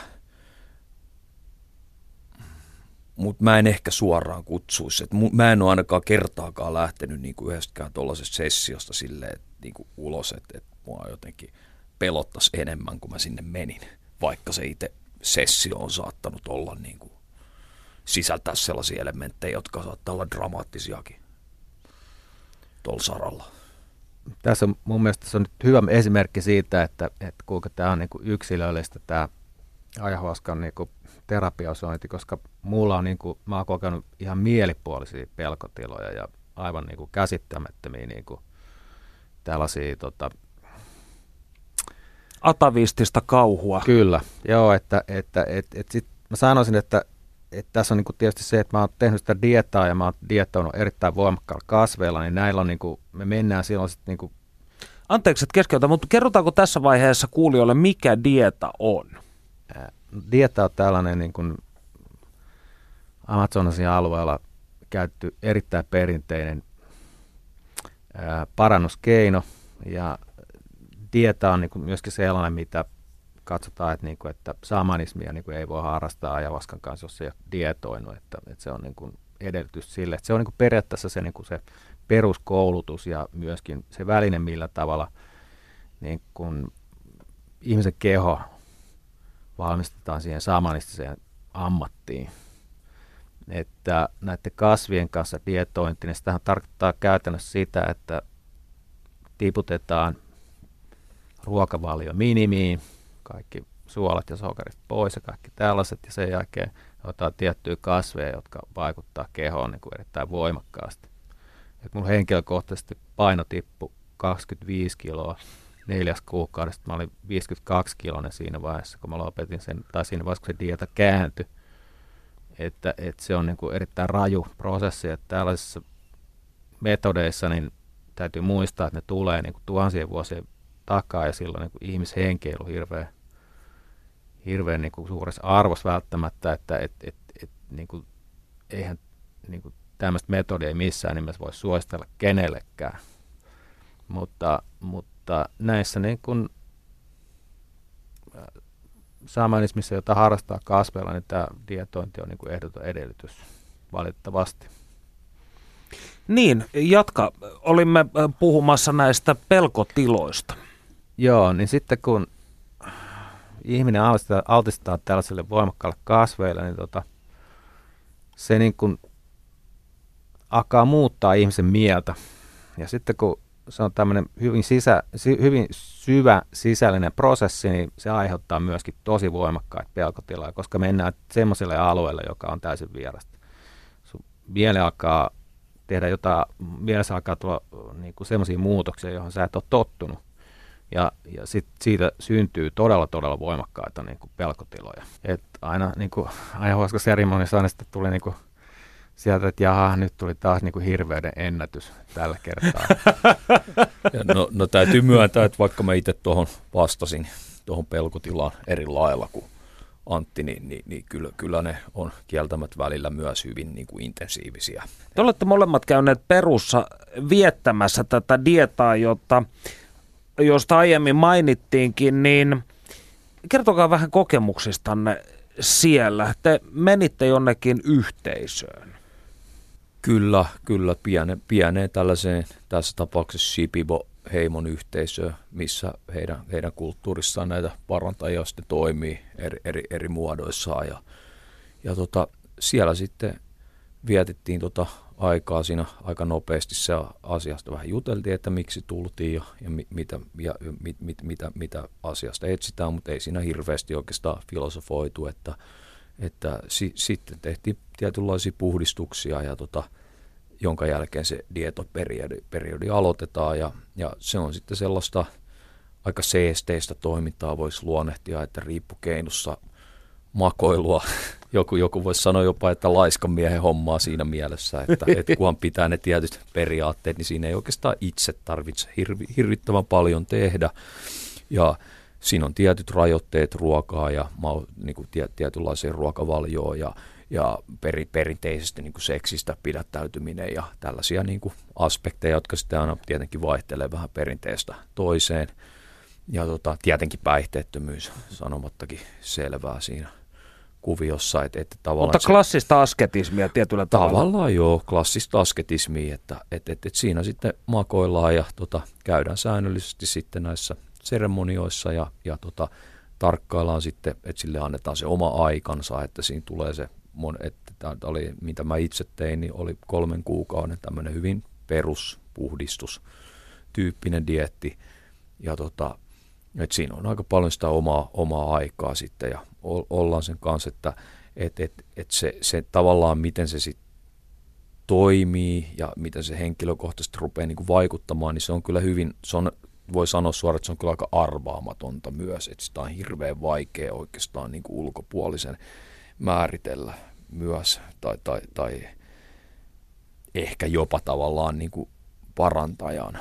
Mutta mä en ehkä suoraan kutsuisi. Et mä en ole ainakaan kertaakaan lähtenyt niin kuin yhdestäkään tuollaisesta sessiosta silleen, et, niin kuin ulos, että et mua jotenkin pelottaisi enemmän, kuin mä sinne menin, vaikka se itse sessio on saattanut olla niin kuin, sisältää sellaisia elementtejä, jotka saattaa olla dramaattisiakin tuolla saralla. Tässä on mun mielestä se on nyt hyvä esimerkki siitä, että, että kuinka tämä on niin kuin yksilöllistä tämä ayahuascan niin kuin terapiaosointi, koska mulla on, niin kuin, mä oon kokenut ihan mielipuolisia pelkotiloja ja aivan niin kuin käsittämättömiä niin kuin tällaisia tota, atavistista kauhua. Kyllä, joo, että, että et, et sit mä sanoisin, että, että tässä on niinku tietysti se, että mä oon tehnyt sitä dietaa ja mä oon dietoinut erittäin voimakkaalla kasveilla, niin näillä on niinku, me mennään silloin sitten niinku. Anteeksi, että keskeytä, mutta kerrotaanko tässä vaiheessa kuulijoille, mikä dieta on? Ää, dieta on tällainen niin kuin Amazonasin alueella käytetty erittäin perinteinen ää, parannuskeino ja dieta on niin kuin myöskin sellainen, mitä katsotaan, että, niin kuin, että shamanismia niin kuin ei voi harrastaa ayahuascan kanssa, jos ei ole dietoinut. Että, että se on niin kuin edellytys sille. Että se on niin kuin periaatteessa se, niin kuin se peruskoulutus ja myöskin se väline, millä tavalla niin kuin ihmisen keho valmistetaan siihen shamanistiseen ammattiin. Että näiden kasvien kanssa dietointi, niin sitähän tarkoittaa käytännössä sitä, että tiputetaan ruokavalio minimiin, kaikki suolat ja sokerit pois ja kaikki tällaiset, ja sen jälkeen otetaan tiettyjä kasveja, jotka vaikuttaa kehoon niin kuin erittäin voimakkaasti. Et mun henkilökohtaisesti paino tippui kaksikymmentäviisi kiloa neljäs kuukaudesta. Mä olin viisikymmentäkaksi kiloinen siinä vaiheessa, kun mä lopetin sen, tai siinä vaiheessa, kun se dieta kääntyi. Että, että se on niin kuin erittäin raju prosessi, että tällaisissa metodeissa niin täytyy muistaa, että ne tulee niin kuin tuhansien vuosien takaa, ja silloin niin kuin ihmishenki ei ollut hirveän, hirveän niin kuin suuressa arvossa välttämättä, että et, et, et, niin kuin, eihän niin kuin tämmöistä metodia ei missään nimessä voi suositella kenellekään. Mutta, mutta näissä niin kuin shamanismissa, jota harrastaa kasveilla, niin tämä dietointi on niin kuin ehdoton edellytys valitettavasti. Niin, jatka. Olimme puhumassa näistä pelkotiloista. Joo, niin sitten kun ihminen altistaa, altistaa tällaiselle voimakkaalle kasveille, niin tota, se niin kuin alkaa muuttaa ihmisen mieltä. Ja sitten kun se on tämmöinen hyvin, sisä, hyvin syvä sisällinen prosessi, niin se aiheuttaa myöskin tosi voimakkaita pelkotiloja, koska mennään semmoiselle alueelle, joka on täysin vierasta. Sun mieli alkaa tehdä jotain, mielessä alkaa tulla niin kuin semmoisia muutoksia, johon sä et ole tottunut. Ja, ja sit siitä syntyy todella, todella voimakkaita niin kuin pelkotiloja. Et aina niin kuin ayahuasca-seremoniassa aina sitten tuli niin kuin sieltä, että jaha, nyt tuli taas niin kuin hirveyden ennätys tällä kertaa. No, no täytyy myöntää, että vaikka mä itse tuohon vastasin, tuohon pelkotilaan eri lailla kuin Antti, niin, niin, niin kyllä, kyllä ne on kieltämättä välillä myös hyvin niin kuin intensiivisiä. Te olette molemmat käyneet Perussa viettämässä tätä dietaa, jota, josta aiemmin mainittiinkin, niin kertokaa vähän kokemuksistanne siellä. Te menitte jonnekin yhteisöön. Kyllä, kyllä piene, pieneen tällaiseen, tässä tapauksessa Shipibo-heimon yhteisöön, missä heidän, heidän kulttuurissaan näitä parantajia sitten toimii eri, eri, eri muodoissaan. Ja, ja tota, siellä sitten vietettiin tota aikaa siinä aika nopeasti, se asiasta vähän juteltiin, että miksi tultiin ja, ja, mitä, ja mit, mit, mitä, mitä asiasta etsitään, mutta ei siinä hirveästi oikeastaan filosofoitu, että Että si, sitten tehtiin tietynlaisia puhdistuksia, ja tota, jonka jälkeen se dietoperiodi periodi aloitetaan. Ja, ja se on sitten sellaista aika seesteistä toimintaa, voisi luonnehtia, että riippukeinussa makoilua. Joku, joku voisi sanoa jopa, että laiskan miehen hommaa siinä mielessä, että, että kunhan pitää ne tietyt periaatteet, niin siinä ei oikeastaan itse tarvitse hirvi, hirvittävän paljon tehdä. Ja siinä on tietyt rajoitteet ruokaa ja niin kuin tietynlaiseen ruokavalioon ja, ja peri, perinteisesti niin kuin seksistä pidättäytyminen ja tällaisia niin kuin aspekteja, jotka sitten aina tietenkin vaihtelee vähän perinteestä toiseen. Ja tota, tietenkin päihteettömyys, sanomattakin selvää siinä kuviossa. Että, että Mutta klassista asketismia tietyllä tavalla. Tavallaan joo, klassista asketismia, että, että, että, että siinä sitten makoillaan ja tota, käydään säännöllisesti sitten näissä seremonioissa ja, ja tota, tarkkaillaan sitten, että sille annetaan se oma aikansa, että siinä tulee se, että tämä oli, mitä mä itse tein, niin oli kolmen kuukauden tämmöinen hyvin peruspuhdistustyyppinen dieetti, ja tota, että siinä on aika paljon sitä omaa, omaa aikaa sitten, ja ollaan sen kanssa, että et, et, et se, se tavallaan, miten se sitten toimii, ja miten se henkilökohtaisesti rupeaa niin kuin vaikuttamaan, niin se on kyllä hyvin, se on voi sanoa suoraan, että se on kyllä aika arvaamatonta myös, että sitä on hirveän vaikea oikeastaan niin kuin ulkopuolisen määritellä myös, tai, tai, tai ehkä jopa tavallaan niin kuin parantajan.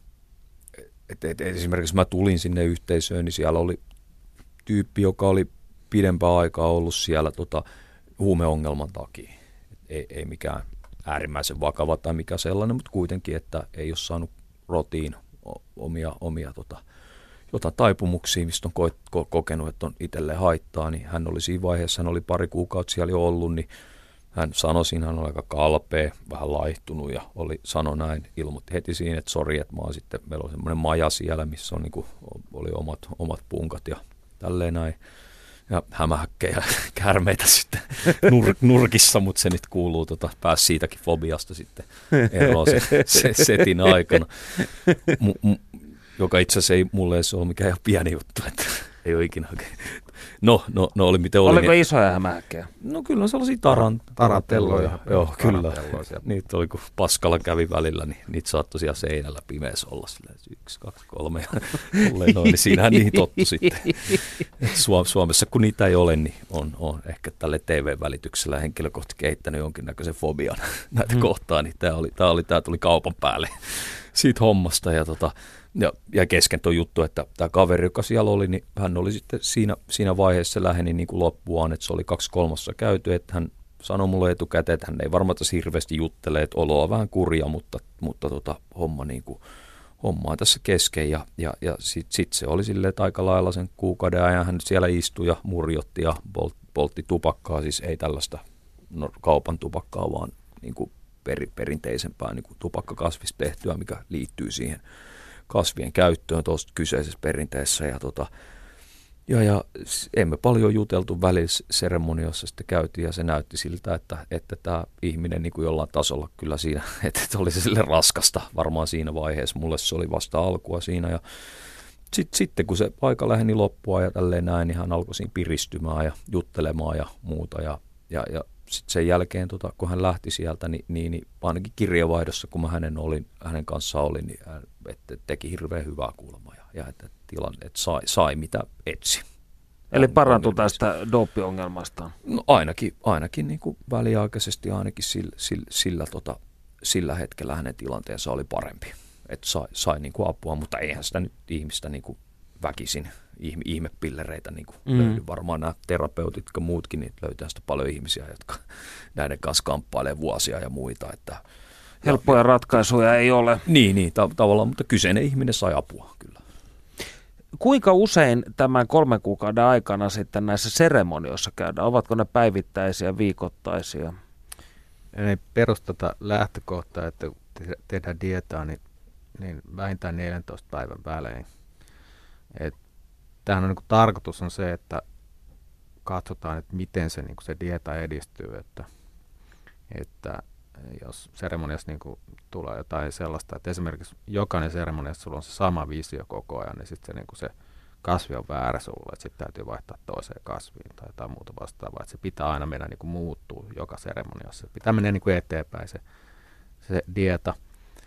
Et, et, esimerkiksi mä tulin sinne yhteisöön, niin siellä oli tyyppi, joka oli pidempään aikaa ollut siellä tota, huumeongelman takia. Et ei, ei mikään äärimmäisen vakava tai mikä sellainen, mutta kuitenkin, että ei ole saanut rotiin omia, omia tota, jotain taipumuksia, mistä on ko- ko- kokenut, että on itselleen haittaa, niin hän oli siinä vaiheessa, hän oli pari kuukautta siellä jo ollut, niin hän sanoi siinä, hän oli aika kalpea, vähän laihtunut ja oli, sanoi näin, ilmoitti heti siinä, että sori, että mä oon sitten, meillä on semmoinen maja siellä, missä on, niin kuin, oli omat, omat punkat ja tälleen näin. Ja hämähäkkejä käärmeitä sitten nur, nurkissa, mutta se nyt kuuluu, tota, pääsi siitäkin fobiasta sitten eroon se, se setin aikana, M, m, joka itse asiassa ei mulle edes ole mikään ihan pieni juttu, että ei ole ikinä oikein. No, no, no oli miten oli. Oliko niin, isoja hämähäkkejä? No kyllä on sellaisia taran, tarantelloja. Joo, kyllä. Niitä oli, kun paskalla kävi välillä, niin niitä saattoi siellä seinällä pimeässä olla silleen, yksi, kaksi, kolme ja noin, niin siinähän niihin tottu sitten. Suomessa kun niitä ei ole, niin on, on ehkä tälle T V-välityksellä henkilökohtaisesti kehittänyt jonkinnäköisen fobian näitä hmm. kohtaan, niin tämä oli, tämä oli, tämä tuli kaupan päälle siitä hommasta ja tota, Ja, ja kesken tuo juttu, että tämä kaveri, joka siellä oli, niin hän oli sitten siinä, siinä vaiheessa läheni niin kuin loppuaan, että se oli kaksi kolmassa käyty, että hän sanoi mulle etukäteen, että hän ei varmaan tässä hirveästi juttele, että olo on vähän kurja, mutta, mutta tota, homma, niin kuin, homma on tässä kesken. Ja, ja, ja sitten sit se oli silleen, että aika lailla sen kuukauden ajan hän siellä istui ja murjotti ja polt, poltti tupakkaa, siis ei tällaista no, kaupan tupakkaa, vaan niin kuin per, perinteisempää niin kuin tupakkakasvista tehtyä, mikä liittyy siihen kasvien käyttöön tuossa kyseisessä perinteessä. Ja, tota, ja, ja emme paljon juteltu välillä seremoniossa, sitten käytiin ja se näytti siltä, että, että tämä ihminen niin kuin jollain tasolla kyllä siinä, että, että oli se sille raskasta varmaan siinä vaiheessa. Mulle se oli vasta alkua siinä ja sit, sitten kun se aika läheni loppua ja tälleen näin, niin hän alkoi siinä piristymään ja juttelemaan ja muuta ja, ja, ja sitten sen jälkeen, tota, kun hän lähti sieltä, niin, niin, niin ainakin kirjeenvaihdossa, kun mä hänen, olin, hänen kanssaan olin, niin hän, että teki hirveän hyvää kuulemaa ja, ja että, tilanne, että sai, sai mitä etsi. Eli parantui tästä dooppiongelmastaan? No ainakin, ainakin niin kuin väliaikaisesti ainakin sillä, sillä, sillä, tota, sillä hetkellä hänen tilanteensa oli parempi. Että sai, sai niin kuin apua, mutta eihän sitä nyt ihmistä niin kuin väkisin ihme, ihmepillereitä niin kuin Mm. löydy. Varmaan nämä terapeutit ja muutkin, niin löytää sitä paljon ihmisiä, jotka näiden kanssa kamppailee vuosia ja muita. Että, Helppoja ratkaisuja ei ole. niin, niin ta- tavallaan, mutta kyseinen ihminen sai apua kyllä. Kuinka usein tämän kolmen kuukauden aikana sitten näissä seremonioissa käydään? Ovatko ne päivittäisiä, viikoittaisia? Ei perustata lähtökohtaa, että kun te- tehdään dietaa, niin, niin vähintään neljäntoista päivän välein. Et tämähän on niin kuin tarkoitus on se, että katsotaan, että miten se, niin kuin se dieta edistyy. Että, että jos seremoniassa niin kuin tulee jotain sellaista, että esimerkiksi jokainen seremoniassa sulla on se sama visio koko ajan, niin sitten se, niin kuin se kasvi on väärä sulle, että sitten täytyy vaihtaa toiseen kasviin tai jotain muuta vastaavaa. Että se pitää aina mennä niin kuin muuttuu joka seremoniassa. Pitää mennä niin kuin eteenpäin se, se dieta.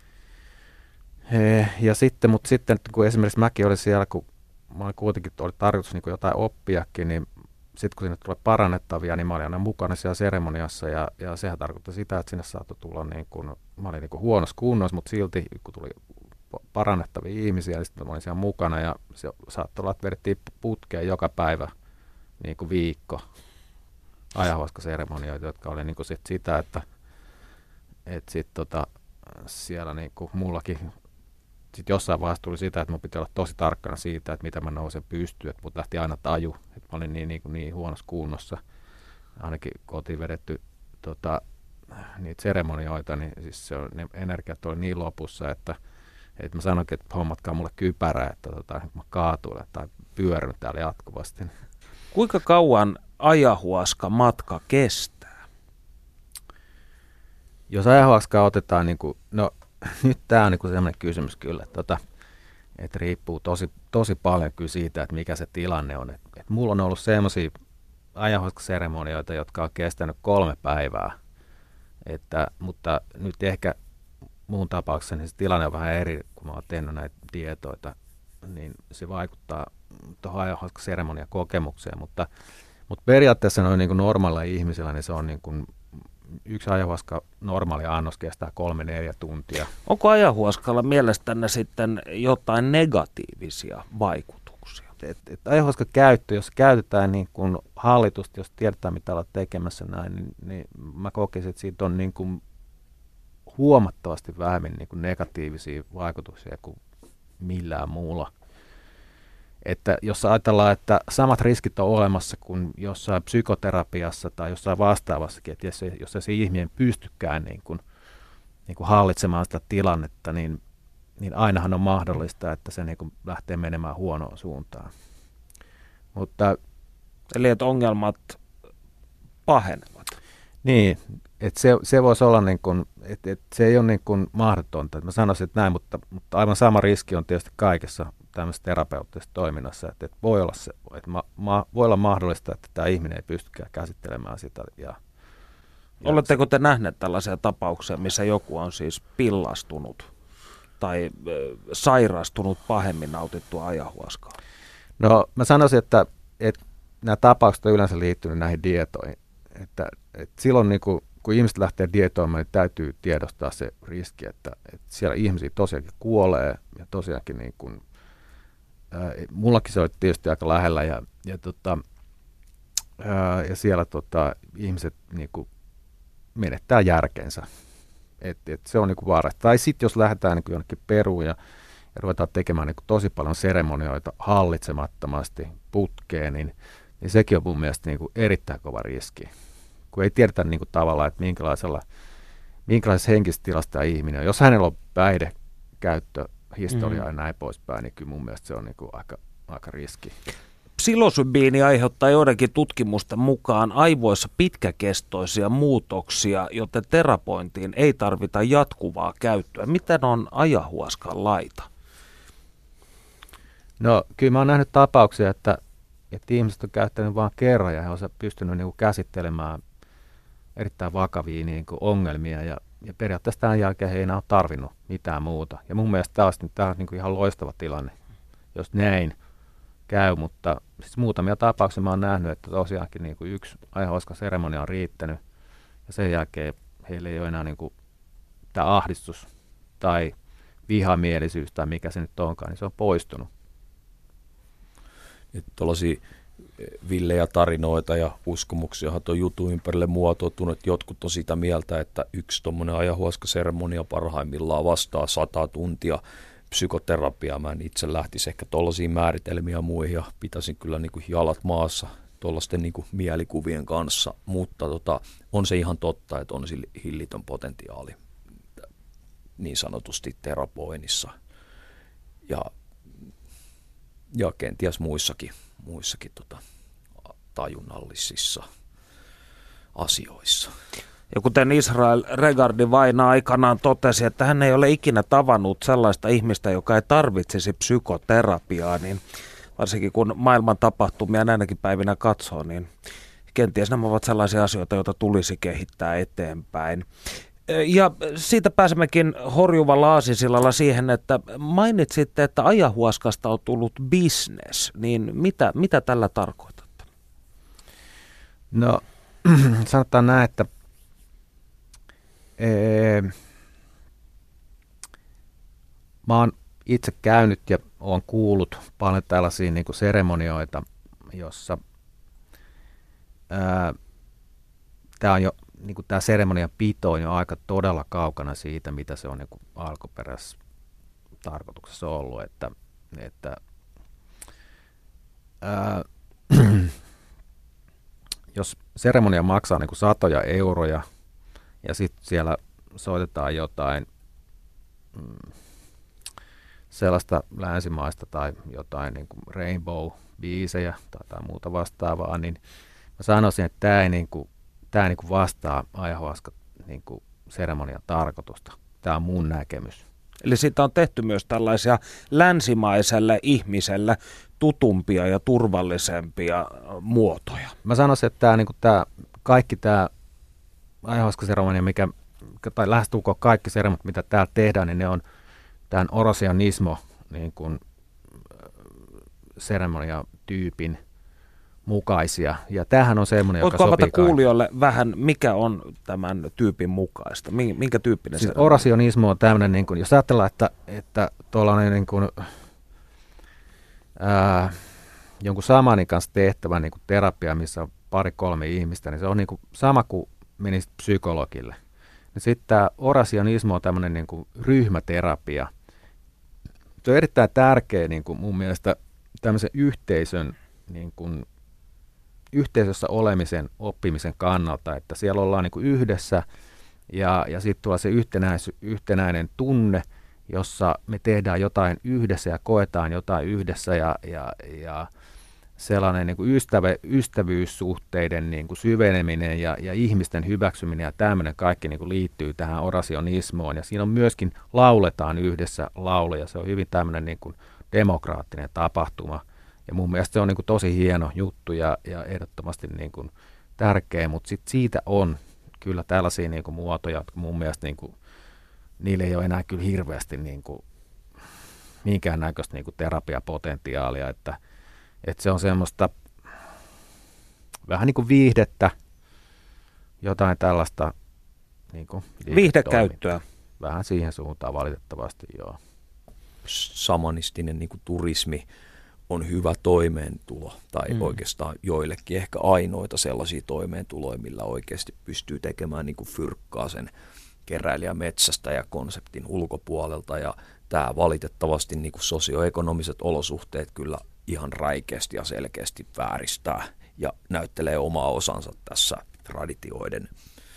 He, ja sitten, mutta sitten kun esimerkiksi mäkin olin siellä, kun mä olin kuitenkin, oli tarkoitus niin kuin jotain oppiakin, niin sitten kun sinne tulee parannettavia, niin mä olin aina mukana siellä seremoniassa ja, ja sehän tarkoittaa sitä, että sinne saattoi tulla niin kuin, mä olin niin kuin huonossa kunnossa, mutta silti kun tuli parannettavia ihmisiä, niin sitten mä olin siellä mukana ja se saattoi olla, että vedettiin putkeen joka päivä niin kuin viikko ayahuasca-seremonioita, jotka oli niin kuin sit sitä, että, että sit tota, siellä niin kuin mullakin sitten jossain vaiheessa tuli sitä, että mun piti olla tosi tarkkana siitä, että mitä mä nousen pystyyn, että mut lähti aina taju, että mä olin niin, niin, niin huonossa kunnossa. Ainakin kotiin vedetty tota, niitä seremonioita, niin siis se on, ne energiat oli niin lopussa, että, että mä sanoinkin, että hommatkaa mulle kypärää, että tota, mä kaatuin tai pyöryn täällä jatkuvasti. Kuinka kauan ayahuasca matka kestää? Jos ayahuasca otetaan, niin kuin, no nyt tämä on niin sellainen kysymys kyllä, että, tota, että riippuu tosi, tosi paljon kyllä siitä, että mikä se tilanne on. Et, et mulla on ollut sellaisia ayahuasca-seremonioita, jotka on kestänyt kolme päivää, että, mutta nyt ehkä muun tapauksessa niin se tilanne on vähän eri, kun mä oon tehnyt näitä dietoita, niin se vaikuttaa tuohon ayahuasca-seremonian kokemukseen, mutta, mutta periaatteessa noin niin kuin normaalilla ihmisillä, niin se on niin kuin yksi ayahuasca normaali annos kestää kolme neljä tuntia. Onko ayahuascalla mielestänne sitten jotain negatiivisia vaikutuksia? Et, et ayahuasca käyttö, jos käytetään niin kuin hallitusti, jos tiedetään mitä ollaan tekemässä näin, niin, niin mä kokisin, että siitä on niin kuin huomattavasti vähemmän niin kuin negatiivisia vaikutuksia kuin millään muulla. Että jos ajatellaan, että samat riskit on olemassa kuin jossain psykoterapiassa tai jossain vastaavassakin, että jos, jos ei se ihminen pystykään niin kuin, niin kuin hallitsemaan sitä tilannetta, niin, niin ainahan on mahdollista, että se niin kuin lähtee menemään huonoon suuntaan. Mutta, Eli että ongelmat pahenevat. niin, että se, se voisi olla, niin kuin, että, että se ei ole niin kuin mahdotonta. Että mä sanoisin, että näin, mutta, mutta aivan sama riski on tietysti kaikessa tämmöisessä terapeuttisessa toiminnassa, että, että, voi olla se, että ma, ma, voi olla mahdollista, että tämä ihminen ei pystykään käsittelemään sitä. Ja, ja Oletteko te nähneet tällaisia tapauksia, missä joku on siis pillastunut tai äh, sairastunut pahemmin nautittua ayahuascaa? No mä sanoisin, että, että nämä tapaukset on yleensä liittynyt näihin dietoihin. Että, että silloin niin kun, kun ihmiset lähtee dietoimaan, niin täytyy tiedostaa se riski, että, että siellä ihmisiä tosiaankin kuolee ja tosiaankin niin kun, ää, mullakin se oli tietysti aika lähellä ja, ja, tota, ää, ja siellä tota, ihmiset niin kun menettää järkensä. Et, et se on niin kun vaara. Tai sitten jos lähdetään niin kun jonnekin Peruun ja, ja ruvetaan tekemään niin kun tosi paljon seremonioita hallitsemattomasti putkeen, niin niin sekin on mun mielestä niin kuin erittäin kova riski, kun ei tiedetä niin kuin tavallaan, että minkälaisella, minkälaisessa henkisessä tilassa tämä ihminen on. Jos hänellä on päihdekäyttöhistoria mm. ja näin poispäin, niin kyllä mun mielestä se on niin kuin aika, aika riski. Psilosybiini aiheuttaa joidenkin tutkimusten mukaan aivoissa pitkäkestoisia muutoksia, joten terapointiin ei tarvita jatkuvaa käyttöä. Miten on ayahuascan laita? No kyllä mä oon nähnyt tapauksia, että että ihmiset on käyttänyt vain kerran ja he ovat pystyneet niin kuin käsittelemään erittäin vakavia niin kuin ongelmia ja, ja periaatteessa tämän jälkeen he ei enää ole tarvinnut mitään muuta. Ja mun mielestä taas niin tämä on niin kuin ihan loistava tilanne, jos näin käy, mutta siis muutamia tapauksia mä oon nähnyt, että tosiaankin niin kuin yksi ayahuasca-seremonia on riittänyt ja sen jälkeen heillä ei ole enää niin kuin tämä ahdistus tai vihamielisyys tai mikä se nyt onkaan, niin se on poistunut. Että tuollaisia villejä tarinoita ja uskomuksia tuon jutun ympärille muotoutunut, että jotkut on sitä mieltä, että yksi tuommoinen ajahuaska-seremonia parhaimmillaan vastaa sata tuntia psykoterapiaa. Mä en itse lähtisi ehkä tuollaisiin määritelmiä muihin ja pitäisin kyllä niin kuin jalat maassa tuollaisten niin kuin mielikuvien kanssa, mutta tota, on se ihan totta, että on sillä hillitön potentiaali niin sanotusti terapoinnissa ja, ja kenties muissakin, muissakin tota, tajunnallisissa asioissa. Ja kuten Israel Regardin vaina aikanaan totesi, että hän ei ole ikinä tavannut sellaista ihmistä, joka ei tarvitsisi psykoterapiaa, niin varsinkin kun maailman tapahtumia näinäkin päivinä katsoo, niin kenties nämä ovat sellaisia asioita, joita tulisi kehittää eteenpäin. Ja siitä pääsemmekin horjuvalla aasinsillalla siihen, että mainitsitte, että ajahuaskasta on tullut business, niin mitä, mitä tällä tarkoitatte? No sanotaan näin, että ee, mä oon itse käynyt ja olen kuullut paljon tällaisia niin kuin seremonioita, jossa tämä on jo niin kuin tämä seremonian pito on jo aika todella kaukana siitä, mitä se on niin kuin alkuperäisessä tarkoituksessa ollut, että, että ää, jos seremonia maksaa niin kuin satoja euroja ja sitten siellä soitetaan jotain mm, sellaista länsimaista tai jotain niin kuin rainbow-biisejä tai, tai muuta vastaavaa, niin mä sanoisin, että tämä ei, niin kuin, tämä ei niin kuin vastaa ajahuaska niin kuin seremonian tarkoitusta. Tämä on mun näkemys. Eli siitä on tehty myös tällaisia länsimaiselle ihmiselle tutumpia ja turvallisempia muotoja. Mä sanoisin, että tämä, niin kuin tämä, kaikki tämä ajahuaska-seremonia, mikä, tai lähestulkoon kaikki seremoniat, mitä täällä tehdään, niin ne on tämän orasianismo niin kuin seremoniatyypin mukaisia. Ja tämähän on semmoinen, joka sopii avata kuulijoille vähän, mikä on tämän tyypin mukaista? Minkä tyyppinen siis se orasionismo on tämmöinen, niin kuin, jos ajatellaan, että, että tuollainen niin kuin, ää, jonkun samanin kanssa tehtävä niin kuin terapia, missä on pari-kolme ihmistä, niin se on niin kuin sama kuin menisi psykologille. Sitten tämä orasionismo on tämmöinen niin kuin ryhmäterapia. Se on erittäin tärkeä niin kuin mun mielestä tämmöisen yhteisön, niin kuin, yhteisössä olemisen, oppimisen kannalta, että siellä ollaan niin kuin yhdessä ja, ja sitten tulee se yhtenäis, yhtenäinen tunne, jossa me tehdään jotain yhdessä ja koetaan jotain yhdessä ja, ja, ja sellainen niin kuin ystävä, ystävyyssuhteiden niin kuin syveneminen ja, ja ihmisten hyväksyminen ja tämmöinen kaikki niin kuin liittyy tähän orasionismoon. Ja siinä on myöskin lauletaan yhdessä lauleja. Se on hyvin tämmöinen niin kuin demokraattinen tapahtuma. Ja mun mielestä se on niin kuin tosi hieno juttu ja, ja ehdottomasti niin kuin tärkeä, mutta sit siitä on kyllä tällaisia niin kuin muotoja, jotka mun mielestä niin kuin, niillä ei ole enää kyllä hirveästi niin kuin minkäännäköistä niin kuin terapiapotentiaalia, että Että se on semmoista vähän niin kuin viihdettä, jotain tällaista niin kuin viihdekäyttöä. Vähän siihen suuntaan valitettavasti, joo. Samanistinen niin kuin turismi on hyvä toimeentulo, tai mm. oikeastaan joillekin ehkä ainoita sellaisia toimeentuloja, millä oikeasti pystyy tekemään niin kuin fyrkkaa sen keräilijän metsästä ja konseptin ulkopuolelta, ja tämä valitettavasti niin kuin sosioekonomiset olosuhteet kyllä ihan räikeästi ja selkeästi vääristää ja näyttelee omaa osansa tässä traditioiden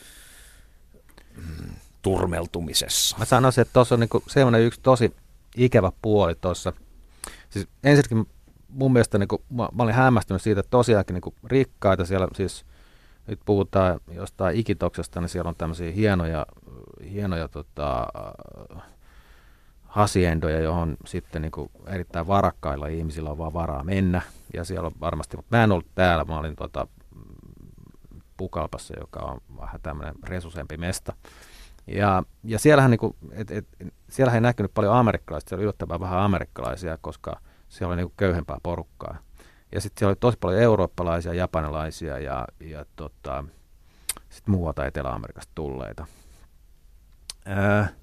mm, turmeltumisessa. Mä sanoisin, että tuossa on niinku semmoinen yksi tosi ikävä puoli tuossa. Siis ensinnäkin mun mielestä niinku, mä, mä olin hämmästynyt siitä, että tosiaankin niinku rikkaita siellä, siis nyt puhutaan jostain ikitoksesta, niin siellä on tämmöisiä hienoja, hienoja tota, hasiendoja, johon sitten niin kuin erittäin varakkailla ihmisillä on vaan varaa mennä. Ja siellä on varmasti, mutta mä en ollut täällä, mä olin tuota Pukalpassa, joka on vähän tämmöinen resusempi mesta. Ja, ja siellähän, niin kuin, et, et, siellähän ei näkynyt paljon amerikkalaisia, siellä oli yllättävän vähän amerikkalaisia, koska siellä oli niin kuin köyhempää porukkaa. Ja sitten siellä oli tosi paljon eurooppalaisia, japanilaisia ja, ja tota, sitten muualta Etelä-Amerikasta tulleita. Öö,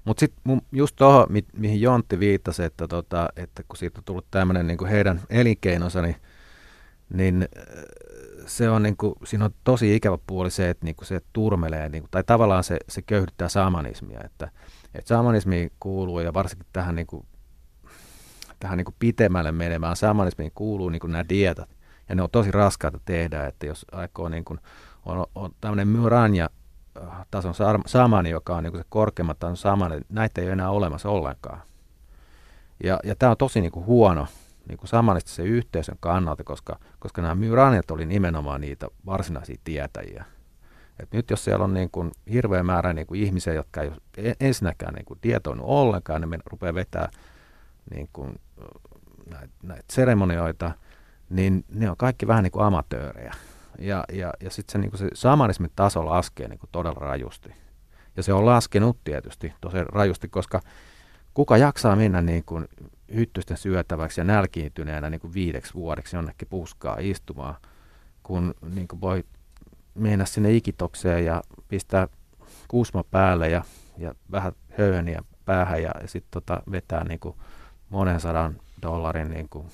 Mutta sitten just tuohon, mi- mihin Jontti viittasi, että, tota, että kun siitä on tullut tämmöinen niin heidän elinkeinonsa, niin, niin se on, niin kuin, siinä on tosi ikävä puoli se, että niin kuin se turmelee, niin kuin, tai tavallaan se, se köyhdyttää shamanismia. Että, että shamanismiin kuuluu, ja varsinkin tähän, niin kuin, tähän niin kuin pitemmälle menemään shamanismiin kuuluu niin kuin nämä dietat. Ja ne on tosi raskaita tehdä, että jos aikoo, niin kuin, on, on tämmöinen myranja tason samani, joka on niin kuin se korkeamman tason samani, näitä ei ole enää olemassa ollenkaan. Ja, ja tämä on tosi niin kuin huono niin kuin samanistisen yhteisön kannalta, koska, koska nämä myranjat oli nimenomaan niitä varsinaisia tietäjiä. Et nyt jos siellä on niin kuin hirveä määrä niin kuin ihmisiä, jotka ei ole ensinnäkään niin kuin dietoinut ollenkaan, ne rupeaa vetämään niin kuin näitä, näitä seremonioita, niin ne on kaikki vähän niin kuin amatöörejä. Ja, ja, ja sitten se, niin se shamanismin taso laskee niin kuin todella rajusti. Ja se on laskenut tietysti tosi rajusti, koska kuka jaksaa mennä niin kuin hyttysten syötäväksi ja nälkiintyneenä niin kuin viideksi vuodeksi jonnekin puskaa istumaan, kun niin kuin voi mennä sinne ikitokseen ja pistää kuusma päälle ja, ja vähän höyheniä päähän ja, ja sitten tota vetää niin kuin monen sadan dollarin niin kuin,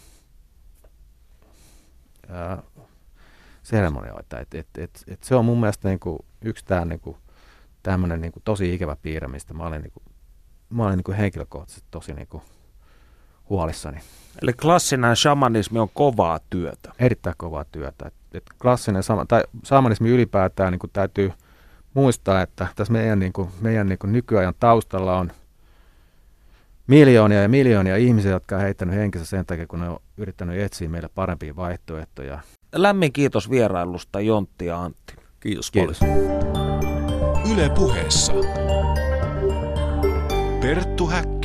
ää, seremonioita. Et, et, et, et se on mun mielestä niinku yksi tää niinku, tämmöinen niinku tosi ikävä piirre, mistä mä olin, niinku, mä olin niinku henkilökohtaisesti tosi niinku huolissani. Eli klassinen shamanismi on kovaa työtä. Erittäin kovaa työtä. Et, et klassinen sama, tai shamanismi ylipäätään niinku täytyy muistaa, että tässä meidän, niinku, meidän niinku nykyajan taustalla on miljoonia ja miljoonia ihmisiä, jotka on heittänyt henkensä sen takia, kun ne on yrittänyt etsiä meille parempia vaihtoehtoja. Lämmin kiitos vierailusta, Jontti ja Antti. Kiitos, Kiitos. paljon. Yle Puheessa. Perttu Häkkinen.